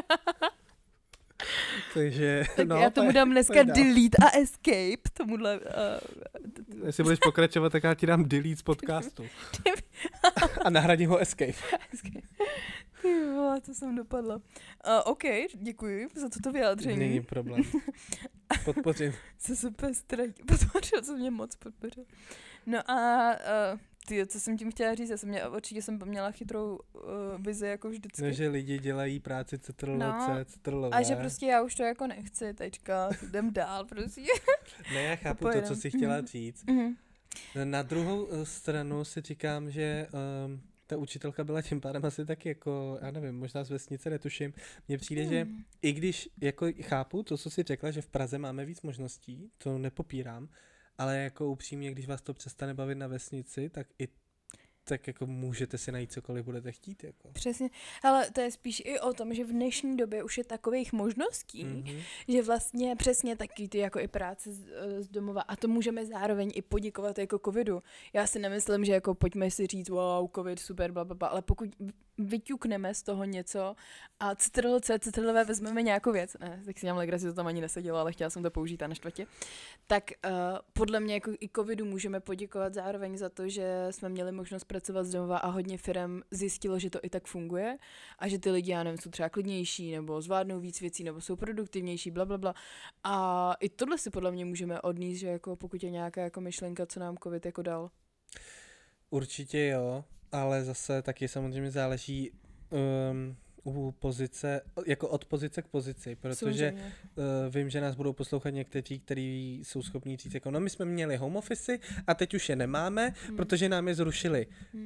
Takže, tak no, já tomu dám dneska delete a escape, tomuhle. Jestli budeš pokračovat, tak já ti dám delete z podcastu. A nahradím ho escape. Ty vole, to jsem dopadla. OK, děkuji za toto vyjádření. Není problém. Podpořím. Co super podpořil, co mě moc podpořil. No a co jsem tím chtěla říct, určitě jsem měla chytrou vizi jako vždycky. No, že lidi dělají práci ctrl-C, ctrl-V. A že prostě já už to jako nechci, teďka, jdem dál, prostě. Ne, já chápu to, co jsi chtěla říct. Na druhou stranu si říkám, že ta učitelka byla tím pádem asi taky jako, já nevím, možná z vesnice, netuším. Mně přijde, že i když jako chápu to, co jsi řekla, že v Praze máme víc možností, to nepopírám, ale jako upřímně, když vás to přestane bavit na vesnici, tak jako můžete si najít cokoliv budete chtít. Jako. Přesně, ale to je spíš i o tom, že v dnešní době už je takových možností, že vlastně přesně taky ty jako i práce z domova a to můžeme zároveň i poděkovat jako covidu. Já si nemyslím, že jako pojďme si říct wow, covid, super, blablabla, ale pokud vyťukneme z toho něco a ctrl-V vezmeme nějakou věc, ne, tak si dělám legraci, to tam ani nesedělo, ale chtěla jsem to použít a na štvrtě, tak podle mě jako i covidu můžeme poděkovat zároveň za to, že jsme měli možnost pracovat z domova a hodně firem zjistilo, že to i tak funguje a že ty lidi, já nevím, jsou třeba klidnější nebo zvládnou víc věcí nebo jsou produktivnější, blablabla. A i tohle si podle mě můžeme odníst, že jako pokud je nějaká jako myšlenka, co nám covid jako dal. Určitě jo, ale zase taky samozřejmě záleží u pozice, jako od pozice k pozici, protože vím, že nás budou poslouchat někteří, kteří jsou schopní říct, jako no my jsme měli home office a teď už je nemáme, protože nám je zrušili.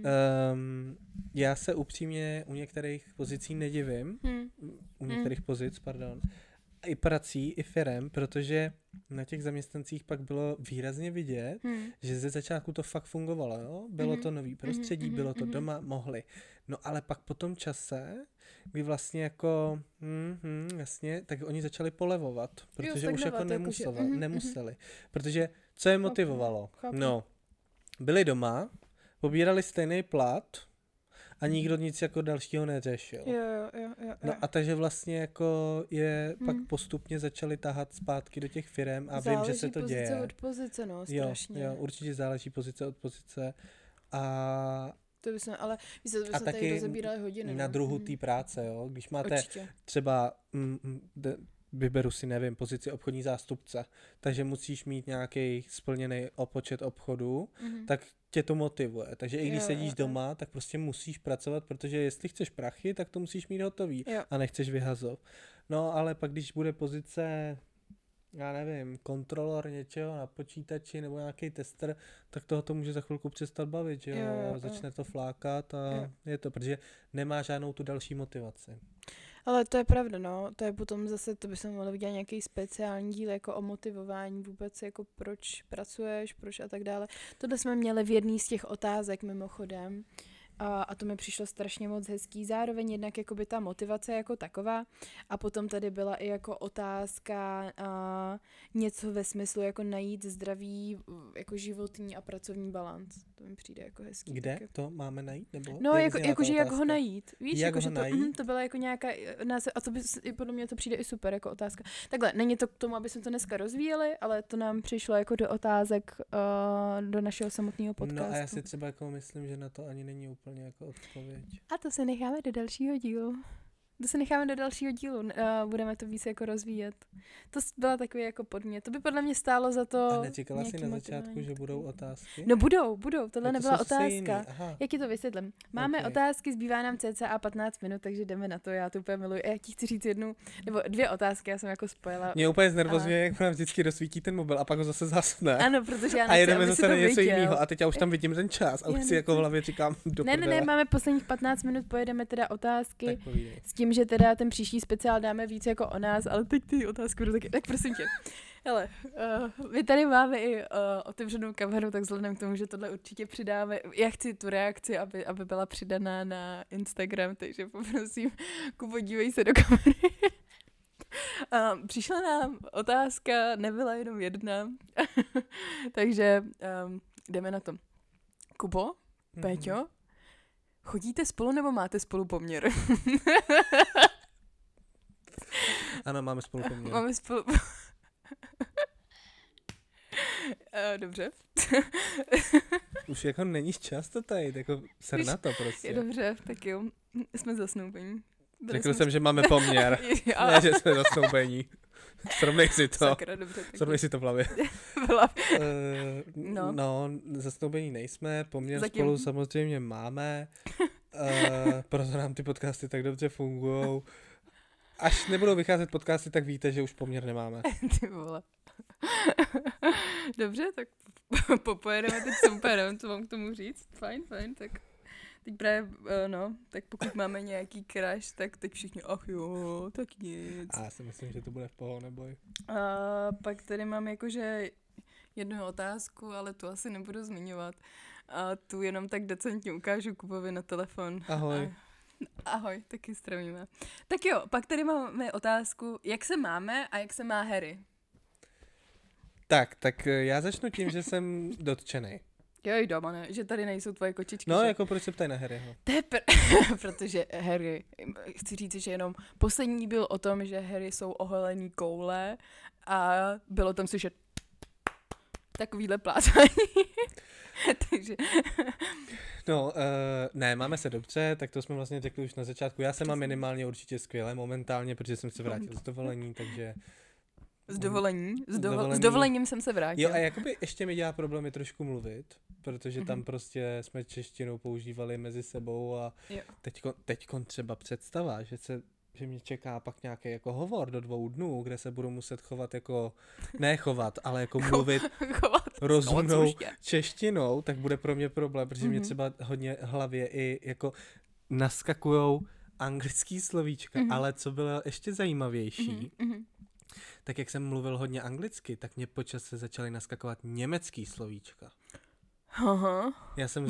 Já se upřímně u některých pozicí nedivím, u některých pozic, pardon, i prací, i firem, protože na těch zaměstnancích pak bylo výrazně vidět, že ze začátku to fakt fungovalo, jo? Bylo to nový prostředí, bylo to doma, mohli. No ale pak po tom čase, kdy vlastně jako, jasně, tak oni začali polevovat, protože už jako nemuseli. Protože co je motivovalo? Chápu. No, byli doma, pobírali stejný plat, a nikdo nic jako dalšího neřešil. Jo. No a takže vlastně jako je pak postupně začali tahat zpátky do těch firem a vím, že se to děje. Záleží pozice od pozice, no, strašně. Jo, určitě záleží pozice od pozice a to by jsme, ale my se tady rozebírali hodiny. Na druhu té práce, jo, když máte určitě. třeba vyberu si, nevím, pozici obchodní zástupce, takže musíš mít nějaký splněný počet obchodů, tak tě to motivuje. Takže i když sedíš doma, tak prostě musíš pracovat, protože jestli chceš prachy, tak to musíš mít hotový a nechceš vyhazovat. No ale pak, když bude pozice, já nevím, kontrolor něčeho na počítači nebo nějaký tester, tak toho to může za chvilku přestat bavit, že jo? Začne to flákat a je to, protože nemá žádnou tu další motivaci. Ale to je pravda, no, to je potom zase, to by se mohlo vidět nějaký speciální díl jako o motivování vůbec, jako proč pracuješ, proč a tak dále. Tohle jsme měli v jedné z těch otázek mimochodem, a to mi přišlo strašně moc hezký. Zároveň jednak jakoby ta motivace jako taková a potom tady byla i jako otázka něco ve smyslu jako najít zdravý jako životní a pracovní balanc. To mi přijde jako hezký. Kde to máme najít? Nebo no, jakože jak ho najít. Víš, jak jako, ho že najít? To byla jako nějaká název, a to by, podle mě to přijde i super jako otázka. Takhle, není to k tomu, aby jsme to dneska rozvíjeli, ale to nám přišlo jako do otázek do našeho samotného podcastu. No a já si třeba jako myslím, že na to ani není úplně jako odpověď. A to se necháme do dalšího dílu. Budeme to víc jako rozvíjet. To byla takový jako podmět. To by podle mě stálo za to. A nečekala jsi na začátku, že budou otázky? No budou. Tohle nebyla otázka. Jak ti to vysvětlím? Máme otázky, zbývá nám cca 15 minut, takže jdeme na to. Já to úplně miluji. Já ti chci říct jednu, nebo 2 otázky, já jsem jako spojila. Mě úplně znervozňuje, jak nám vždycky rozsvítí ten mobil a pak ho zase zasne. Ano, protože já nechci, a jedeme zase na něco jiného a teď já už tam vidím ten čas a už si jako v hlavě říkám do prdele. Ne, máme posledních 15 minut, pojedeme teda otázky. S tím, že teda ten příští speciál dáme víc jako o nás, ale teď ty otázky budou taky. Tak prosím tě. Hele, my tady máme i otevřenou kameru, tak vzhledem k tomu, že tohle určitě přidáme. Já chci tu reakci, aby byla přidaná na Instagram, takže poprosím, Kubo, dívej se do kamery. Přišla nám otázka, nebyla jenom jedna, takže jdeme na to. Kubo, Péťo, chodíte spolu nebo máte spolu poměr? Ano, máme spolu poměr. Máme spolu... Dobře. Už jako není často tady, jako ser na to prostě. Dobře, tak jo, jsme zasnoubení. Řekl jsem, že máme poměr, ne, že jsme zasnoubení. Srovnej si to. Sakra, dobře. Srovnej si to v hlavě. No, zasnoubení nejsme, poměr zatím spolu samozřejmě máme, proto nám ty podcasty tak dobře fungujou. Až nebudou vycházet podcasty, tak víte, že už poměr nemáme. Ty vole. Dobře, tak popojedeme teď super, co mám k tomu říct. Fajn, tak teď právě, tak pokud máme nějaký crash, tak teď všichni, ach jo, tak nic. A já si myslím, že to bude v pohodě, neboj. Pak tady mám jakože jednu otázku, ale tu asi nebudu zmiňovat. A tu jenom tak decentně ukážu Kubovi na telefon. Ahoj. Ahoj, taky zdravíme. Tak jo, pak tady máme otázku, jak se máme a jak se má Harry? Tak já začnu tím, že jsem dotčenej. Jo, doma, ne? Že tady nejsou tvoje kočičky. No, že? jako proč se ptají na Harryho? Protože Harry, chci říct, že jenom poslední byl o tom, že Harry jsou oholený koule a bylo tam slyšet takovýhle plácání. Takže... No, ne, máme se dobře, tak to jsme vlastně řekli už na začátku. Já se mám minimálně určitě skvěle momentálně, protože jsem se vrátil z dovolení, takže... S dovolením jsem se vrátil. Jo, a jakoby ještě mi dělá problémy trošku mluvit, protože tam prostě jsme češtinou používali mezi sebou a teďkon třeba představa, že mě čeká pak nějaký jako hovor do 2 dnů, kde se budu muset chovat jako, ne chovat, ale jako mluvit rozumnou češtinou, tak bude pro mě problém, protože mě třeba hodně hlavě i jako naskakujou anglický slovíčka, ale co bylo ještě zajímavější, tak jak jsem mluvil hodně anglicky, tak mě počas se začaly naskakovat německý slovíčka. Aha. Já jsem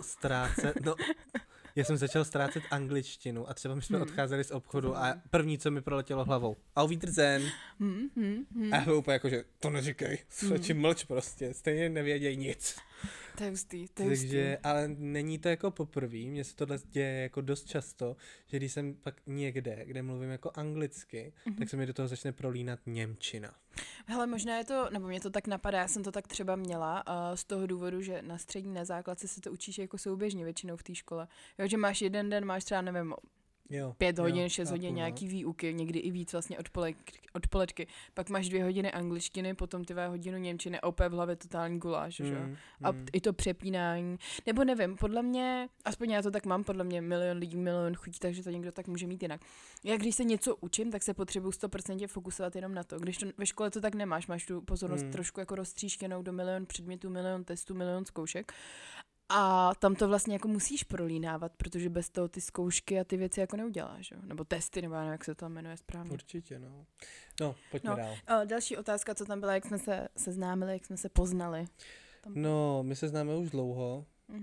začal ztrácet angličtinu a třeba my jsme odcházeli z obchodu a první, co mi proletělo hlavou, Auf Wiedersehen. A já byl úplně jako, že to neříkej, svědči mlč prostě, stejně nevěděj nic. To je hustý. Takže, ale není to jako poprvé, mně se tohle děje jako dost často, že když jsem pak někde, kde mluvím jako anglicky, tak se mi do toho začne prolínat němčina. Hele, možná je to, nebo mě to tak napadá, já jsem to tak třeba měla z toho důvodu, že na střední, na základce se to učíš jako souběžně většinou v té škole. Jo, že máš jeden den, máš třeba, nevím, 5 hodin, 6 hodin nějaký výuky, někdy i víc vlastně odpoledky. Pak máš 2 hodiny angličtiny, potom ty hodinu němčiny a opět v hlavě totální guláš, že? A i to přepínání, nebo nevím, podle mě, aspoň já to tak mám, podle mě milion lidí, milion chutí, takže to někdo tak může mít jinak. Já když se něco učím, tak se potřebuji 100% fokusovat jenom na to. Když to ve škole to tak nemáš, máš tu pozornost trošku jako roztříštěnou do milion předmětů, milion testů, milion zkoušek. A tam to vlastně jako musíš prolínávat, protože bez toho ty zkoušky a ty věci jako neuděláš, jo? Nebo testy, nebo já nevím, jak se to jmenuje správně. Určitě, no. No, pojďme dál. Další otázka, co tam byla, jak jsme se seznámili, jak jsme se poznali. No, my se známe už dlouho.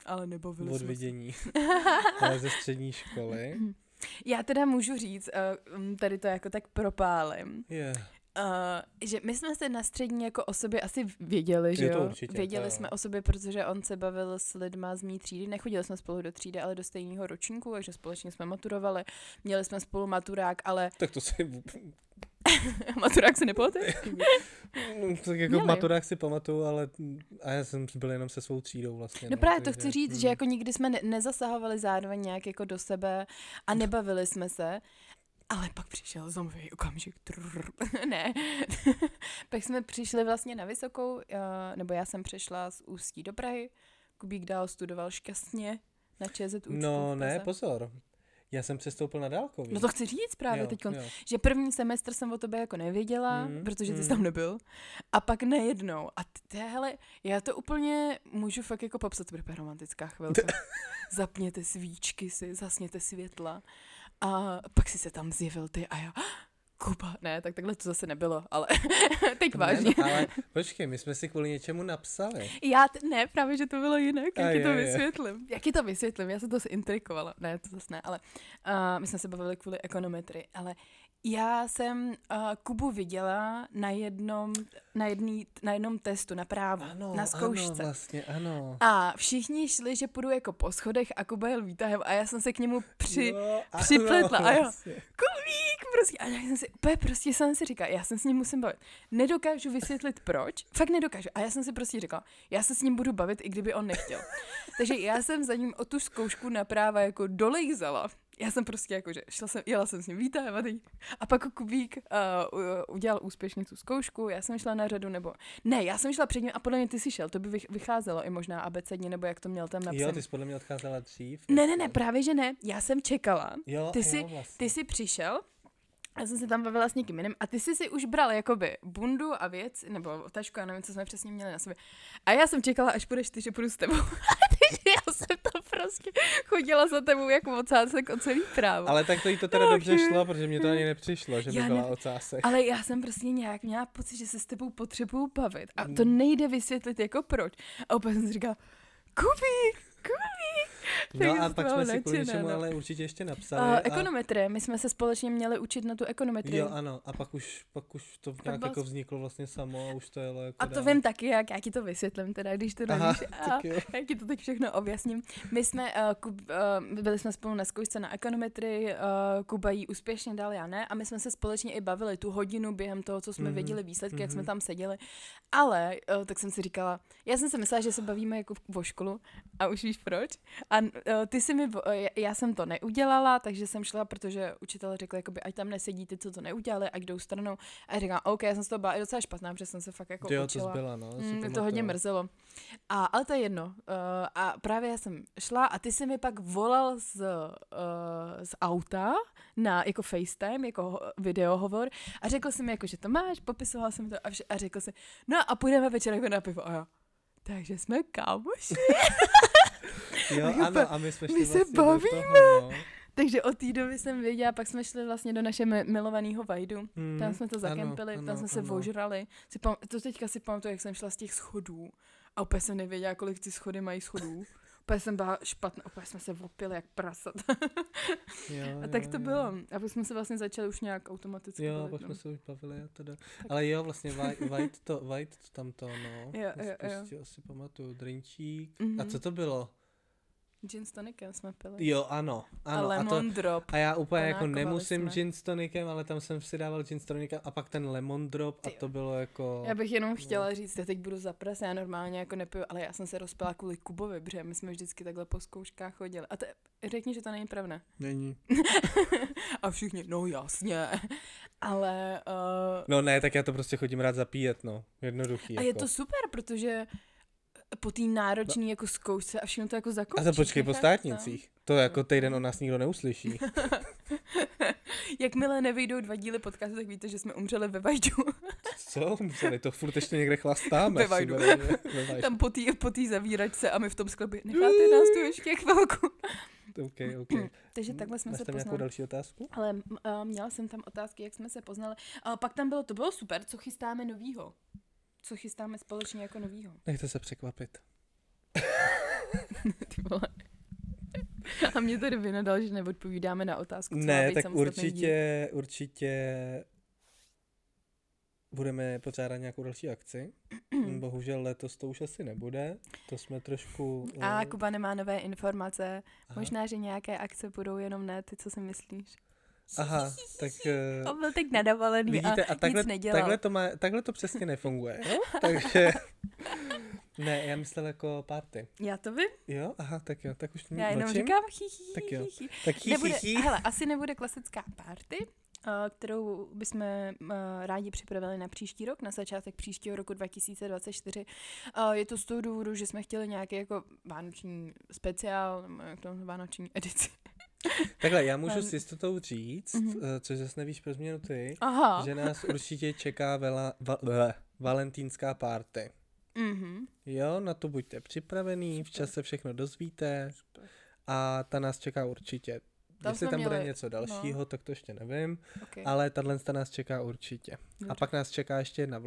Ale nebavili jsme se. Odvidění. Ale ze střední školy. Já teda můžu říct, tady to jako tak propálím. Yeah. Že my jsme se na střední jako o sobě asi věděli, že jo? Určitě, věděli jsme o sobě, protože on se bavil s lidma z mý třídy. Nechodili jsme spolu do třídy, ale do stejného ročníku, takže společně jsme maturovali. Měli jsme spolu maturák, ale... Tak to si... Maturák si nepamatuješ? Tak jako maturák si pamatuju, ale a já jsem byl jenom se svou třídou vlastně. No právě to chci říct, že jako nikdy jsme nezasahovali zároveň nějak jako do sebe a nebavili jsme se. Ale pak přišel zombie okamžik. Ne. Pak jsme přišli vlastně na vysokou, nebo já jsem přešla z Ústí do Prahy. Kubík dál studoval šťastně na ČZÚ. No ne, pozor. Já jsem přestoupil na dálkový. No to chci říct právě teď, že první semestr jsem o tobě jako nevěděla, protože ty jsi tam nebyl. A pak najednou. A hele, já to úplně můžu fakt jako popsat, to bude romantická chvilka. Zapněte svíčky si, zasněte světla. A pak si se tam zjevil ty a já... Kuba. Ne, tak takhle to zase nebylo, ale teď vážně. Ne, no, ale počkej, my jsme si kvůli něčemu napsali. Ne, právě, že to bylo jinak, jak ti to vysvětlím. Jak ti to vysvětlím, já jsem to intrikovala. Ne, to zase ne, ale my jsme se bavili kvůli ekonometrii, ale já jsem Kubu viděla na jednom testu, na právu, na zkoušce. Ano, vlastně, ano. A všichni šli, že půjdu jako po schodech a Kuba jel výtahem a já jsem se k němu připletla. A jo, vlastně. Kubík, prostě. A já jsem si úplně prostě jsem si říkala, já se s ním musím bavit. Nedokážu vysvětlit proč, fakt nedokážu. A já jsem si prostě říkala, já se s ním budu bavit, i kdyby on nechtěl. Takže já jsem za ním o tu zkoušku na práva jako dolejzala. Já jsem prostě jakože jela jsem s ním výtahem a pak Kubík udělal úspěšně tu zkoušku, já jsem šla na řadu, nebo ne, já jsem šla před ním a podle mě ty jsi šel, to by vycházelo i možná abecedně, nebo jak to měl tam napsané. Jo, ty jsi podle mě odcházela dřív. Ne, právě že ne, já jsem čekala, vlastně. Ty jsi přišel, já jsem se tam bavila s někým jiným a ty jsi si už bral jakoby bundu a věc, nebo tašku, já nevím, co jsme přesně měli na sobě. A já jsem čekala, až půjdeš ty, že půjdu s tebou. Takže já jsem tam prostě chodila za tebou jako ocásek o celý právo. Ale tak to jí to teda dobře šlo, protože mě to ani nepřišlo, že by byla ocásek. Ale já jsem prostě nějak měla pocit, že se s tebou potřebuju bavit a to nejde vysvětlit jako proč. A opět jsem si říkala, Kubík. No a pak jsme si kvůli něčemu ale určitě ještě napsali. Ekonometrie, my jsme se společně měli učit na tu ekonometrii. Jo, ano, a pak už to nějak jako vzniklo vlastně samo a už to jelo jako a to vím taky, jak já ti to vysvětlím, teda když to nevíš. Já ti to teď všechno objasním. My jsme, byli jsme spolu na zkoušce na ekonometrii, Kuba jí úspěšně dal, já ne, a my jsme se společně i bavili tu hodinu během toho, co jsme věděli výsledky, jak jsme tam seděli. Ale, tak jsem si říkala, já jsem si myslela, že se bavíme jako o školu a už víš proč. A ty si já jsem to neudělala, takže jsem šla, protože učitel řekl, jakoby, ať tam nesedí ty, co to neudělali, ať jdou stranou. A já říkám, OK, já jsem z toho byla i docela špatná, protože jsem se fakt jako učila. To zbyla, no. Mě to hodně mrzelo. Ale to je jedno. A právě já jsem šla a ty si mi pak volal z auta na jako FaceTime, jako videohovor a řekl si mi, jako, že to máš, popisoval jsem to a řekl si, no a půjdeme večer jako na pivo. A já, takže jsme kámoši. Jo, ano, a my jsme šli se vlastně bavíme. Do toho, no. Takže od té doby jsem věděla, pak jsme šli vlastně do naše milovaného Vajdu. Tam jsme to zakempili, tam jsme se ožrali. To teďka si pamatuju, jak jsem šla z těch schodů a úplně jsem nevěděla, kolik ty schody mají schodů. Úplně jsem byla špatná, úplně jsme se opili jak prasat. A tak to bylo. A pak jsme se vlastně začali už nějak automaticky bavit. Pak jsme se už bavili a teda. Ale jo, vlastně White to tam to, no. Jo. Prostě asi pamatuju, drinčík. A co to bylo? Gin s tonicem jsme pili. Jo, ano. A lemon drop. A já úplně jako nemusím gin s tonicem, ale tam jsem si dával gin s tonicem a pak ten lemon drop a to bylo jako... Já bych jenom chtěla říct, já teď budu zapras, já normálně jako nepiju, ale já jsem se rozpila kvůli Kubovi, protože my jsme vždycky takhle po zkouškách chodili. A řekni, že to není pravda. Není. A všichni, no jasně. Ale... No ne, tak já to prostě chodím rád zapíjet, no. Jednoduchý. A je to super, protože... po té náročné jako zkoušce a všechno to jako zakončí. A to počkej po státnicích. To jako týden o nás nikdo neuslyší. Jakmile nevyjdou 2 díly podcastu, tak víte, že jsme umřeli ve Vajdu. Co? Umřeli? To furt ještě někde chlastáme. Ve Vajdu. Tam po té zavíračce a my v tom sklepě. Necháte nás tu ještě chvilku. OK. Takže takhle jsme se poznali. Nějakou další otázku? Ale měla jsem tam otázky, jak jsme se poznali. A pak tam to bylo super, co chystáme novýho. Co chystáme společně jako novýho. Nechte se překvapit. Ty vole. A mě tady vynadal, že neodpovídáme na otázku, co má Ne, být tak samostatný díl. určitě budeme pořádat nějakou další akci. Bohužel letos to už asi nebude. To jsme trošku... A Kuba nemá nové informace. Aha. Možná, že nějaké akce budou jenom ne ty, co si myslíš. Aha, tak... On byl teď nadavalený vidíte, a nic nedělal. Takhle to přesně nefunguje. Jo? Takže... Ne, já myslel jako party. Já to vím. Jo? Aha, tak jo, tak už Já jenom říkám Tak jo. Tak hele, asi nebude klasická party, kterou bychom rádi připravili na příští rok, na začátek příštího roku 2024. Je to z toho důvodu, že jsme chtěli nějaký jako vánoční speciál, nebo jak to vánoční edici. Takhle, já můžu s jistotou říct, což zase nevíš pro změnu ty, že nás určitě čeká valentínská party. Mm-hmm. Jo, na to buďte připravený, včas se všechno dozvíte a ta nás čeká určitě. Jestli tam bude něco dalšího, tak to ještě nevím, ale tahle nás čeká určitě. A pak nás čeká ještě jedna v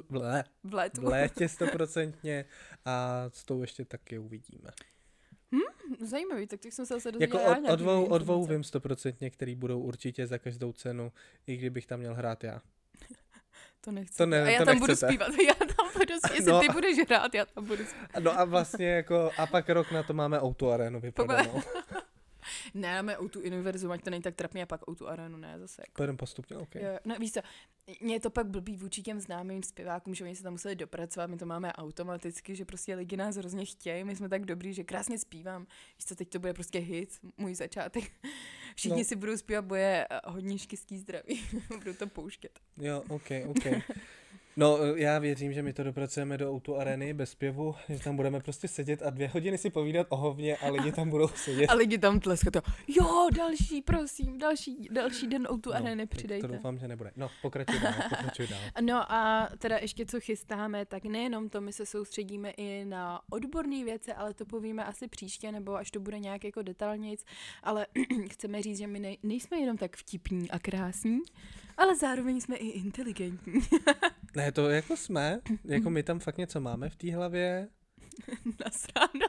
létě 100% a s tou ještě taky uvidíme. Zajímavý, tak jsem se zase dozvěděla. Jako o dvou vím 100%, který budou určitě za každou cenu, i kdybych tam měl hrát já. To nechci. A já tam budu zpívat. Já tam budu zpívat. Jestli ty budeš hrát, já tam budu zpívat. No a vlastně jako, a pak rok na to máme O2 Arenu vyprodanou. Ne, máme O2 Univerzum, ať to není tak trapně, a pak O2 Arenu, ne, zase jako. Pojedem postupně, ok. Jo, no víš co, mě je to pak blbý vůči těm známým zpěvákům, že oni se tam museli dopracovat, my to máme automaticky, že prostě lidi nás hrozně chtějí, my jsme tak dobrý, že krásně zpívám, víš co, teď to bude prostě hit, můj začátek. Všichni si budou zpívat boje hodně štěstí zdraví, budou to pouštět. Jo, ok. No, já věřím, že my to dopracujeme do O2 Areny bez zpěvu, že tam budeme prostě sedět a 2 hodiny si povídat o hovně a lidi tam budou sedět. A lidi tam tleskat. Jo, další, prosím, další den O2 Areny přidejte. To doufám, že nebude. No, pokračuj dál. No a teda ještě co chystáme, tak nejenom to, my se soustředíme i na odborné věci, ale to povíme asi příště, nebo až to bude nějak jako detailnějc, ale chceme říct, že my nejsme jenom tak vtipní a krásní, ale zároveň jsme i inteligentní. Ne, to jako jsme, jako my tam fakt něco máme v té hlavě. Nasráno.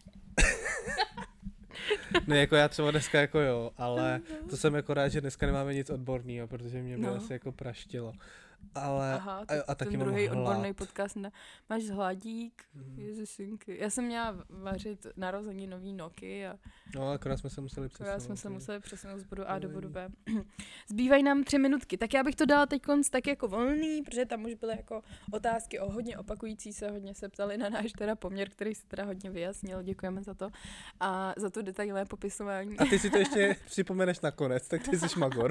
No jako já třeba dneska jako jo, ale to jsem jako rád, že dneska nemáme nic odborného, protože mě by asi jako praštilo. Ale aha, a taky ten mám druhý hlad. odborný podcast. Máš hladík, ježišinky. Já jsem měla vařit narozeninový noky a no, akorát jsme se museli přesunout z bodu A do bodu B. Zbývají nám 3 minutky, tak já bych to dala teď tak jako volný, protože tam už byly jako otázky o hodně opakující se, hodně se ptali na náš teda poměr, který se teda hodně vyjasnil, děkujeme za to a za to detailné popisování. A ty si to ještě připomeneš nakonec, tak ty jsi magor.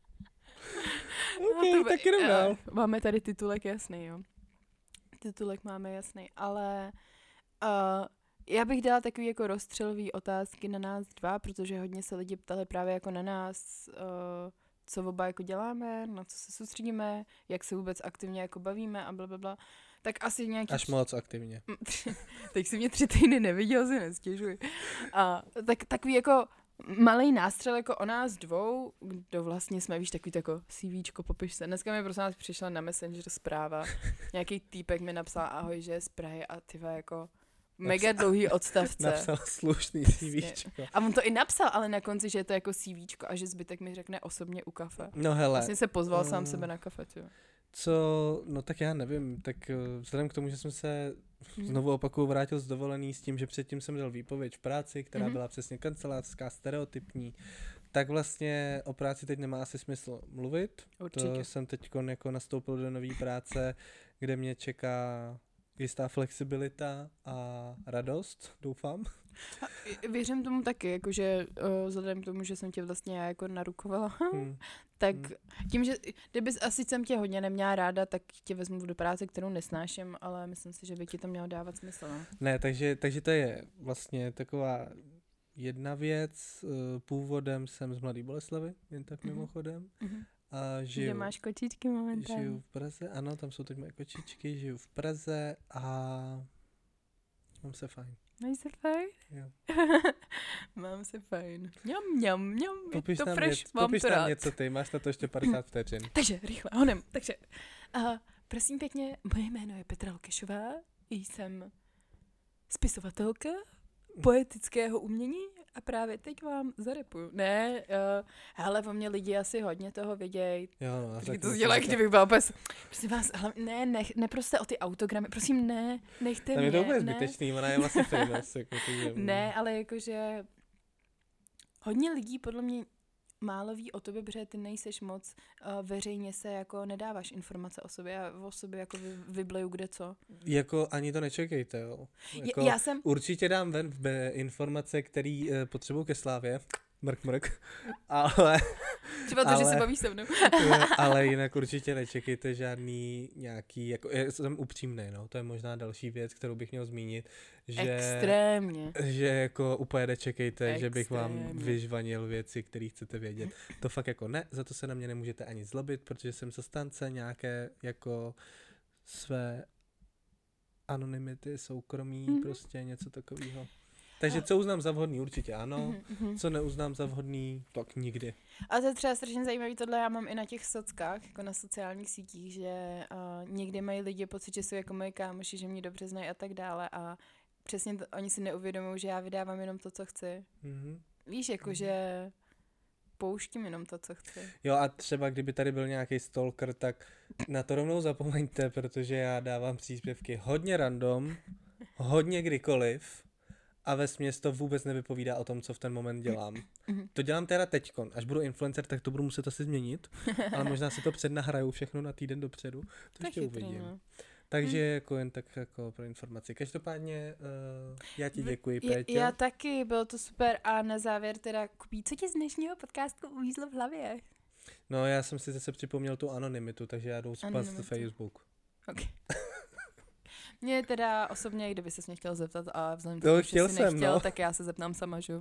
Ok, tak jdem dál. Máme tady titulek jasný, jo. Titulek máme jasný, ale já bych dala takový jako rozstřelový otázky na nás dva, protože hodně se lidi ptali právě jako na nás, co oba jako děláme, na co se soustředíme, jak se vůbec aktivně jako bavíme a blablabla. Tak asi nějaký... Až moc aktivně. Teď si mě 3 týdny neviděl, si nestěžuji. Tak takový jako malej nástřel jako o nás dvou, kdo vlastně jsme, víš, takový jako CVčko, popiš se. Dneska mi prosím nás přišla na Messenger zpráva, nějaký týpek mi napsal ahoj, že je z Prahy a tyva jako mega dlouhý odstavce. Napsal slušný CVčko. A on to i napsal, ale na konci, že je to jako CVčko a že zbytek mi řekne osobně u kafe. No hele. Vlastně se pozval sám sebe na kafe, jo. No tak já nevím, tak vzhledem k tomu, že jsem se znovu opakuju vrátil z dovolený s tím, že předtím jsem dal výpověď v práci, která byla přesně kancelářská, stereotypní, tak vlastně o práci teď nemá asi smysl mluvit. Určitě. To jsem teď jako nastoupil do nové práce, kde mě čeká jistá flexibilita a radost, doufám. A věřím tomu taky, jakože vzhledem k tomu, že jsem tě vlastně já jako narukovala, tak tím, že kdybys asi jsem tě hodně neměla ráda, tak tě vezmu do práce, kterou nesnáším, ale myslím si, že by ti to mělo dávat smysl. No? Ne, takže to je vlastně taková jedna věc. Původem jsem z Mladé Boleslavi, jen tak mimochodem. A žiju, kde máš kočičky momentálně? Žiju v Praze, ano, tam jsou teď moje kočičky, žiju v Praze a mám se fajn. Máš se fajn? Jo. Mám se fajn. Mňam, Popiš to nám, fresh, popiš nám něco ty, máš na to ještě 50 vteřin. Takže, rychle, honem. Takže, prosím pěkně, moje jméno je Petra Lokešová, jsem spisovatelka, poetického umění a právě teď vám zarepuju. Ne, hele, po mně lidi asi hodně toho vidějí. Jo, no, Taky to dělají, kdybych byla bez... Prosím vás, ale ne proste o ty autogramy, prosím, nechte mě. Tam je to úplně zbytečný, ona je vlastně famous. Jako ne, ale jakože hodně lidí podle mě málo ví o tobě, protože ty nejseš moc veřejně se jako nedáváš informace o sobě a o sobě jako vybleju kde co. Jako ani to nečekejte, jo. Jako, já jsem... Určitě dám ven informace, které potřebuju ke slávě. Mrk. Ale... Třeba to, že se bavíš se mnou. Ale jinak určitě nečekejte žádný nějaký, jako, já jsem upřímnej, no, to je možná další věc, kterou bych měl zmínit, že... Extrémně. Že jako úplně nečekejte, že bych vám vyžvanil věci, které chcete vědět. To fakt jako ne, za to se na mě nemůžete ani zlobit, protože jsem zastánce nějaké jako své anonymity, soukromí, prostě něco takového. Takže co uznám za vhodný, určitě ano, co neuznám za vhodný, tak nikdy. A to je třeba strašně zajímavý, tohle já mám i na těch sockách, jako na sociálních sítích, že někdy mají lidi pocit, že jsou jako moji kámoši, že mě dobře znají a tak dále a přesně oni si neuvědomují, že já vydávám jenom to, co chci. Víš, jakože pouštím jenom to, co chci. Jo a třeba kdyby tady byl nějaký stalker, tak na to rovnou zapomeňte, protože já dávám příspěvky hodně random, hodně kdykoliv, a vesměs to vůbec nevypovídá o tom, co v ten moment dělám. To dělám teda teďkon. Až budu influencer, tak to budu muset asi změnit, ale možná si to přednahraju všechno na týden dopředu. To ještě uvidím. No. Takže jako jen tak jako pro informaci. Každopádně já ti děkuji, Péťo. Já taky, bylo to super a na závěr teda Kubí, co ti z dnešního podcastu uvízlo v hlavě? No já jsem si zase připomněl tu anonymitu, takže já jdu spát Facebook. Okay. Mě teda osobně, kdyby ses mě chtěl zeptat a vzhledem k tomu, že jsi nechtěl, tak já se zeptám sama, že?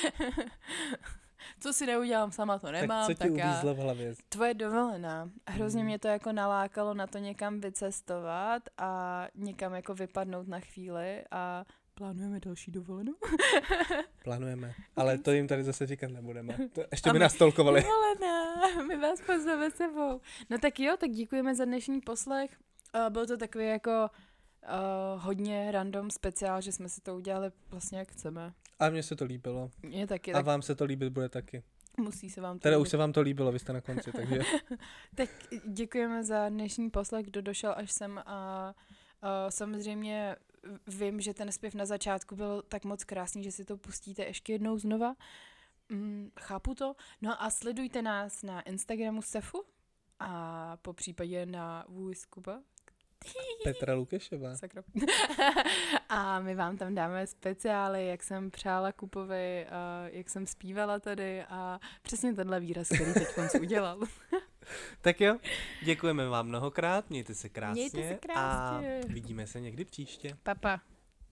Co si neudělám sama, to nemám. Tak co ti uvízlo v hlavě? Tvoje dovolená. Hrozně mě to jako nalákalo na to někam vycestovat a někam jako vypadnout na chvíli a plánujeme další dovolenou? Plánujeme, ale to jim tady zase říkat nebudeme. To ještě by nás tolkovali. Dovolená, my vás pozveme sebou. No tak jo, tak děkujeme za dnešní poslech. Byl to takový jako hodně random speciál, že jsme si to udělali vlastně jak chceme. A mně se to líbilo. Mně taky. A vám se to líbit bude taky. Musí se vám to teda líbit. Už se vám to líbilo, vy jste na konci, takže... Tak děkujeme za dnešní poslech, kdo došel až sem a samozřejmě vím, že ten zpěv na začátku byl tak moc krásný, že si to pustíte ještě jednou znova. Chápu to. No a sledujte nás na Instagramu Sefu a po případě na Vůjskuba. Petra Lukešová. Sakra. A my vám tam dáme speciály, jak jsem přála Kupovi, jak jsem zpívala tady a přesně tenhle výraz, který teď konc udělal. Tak jo, děkujeme vám mnohokrát, mějte se krásně, Mějte se krásně. A vidíme se někdy příště. Papa.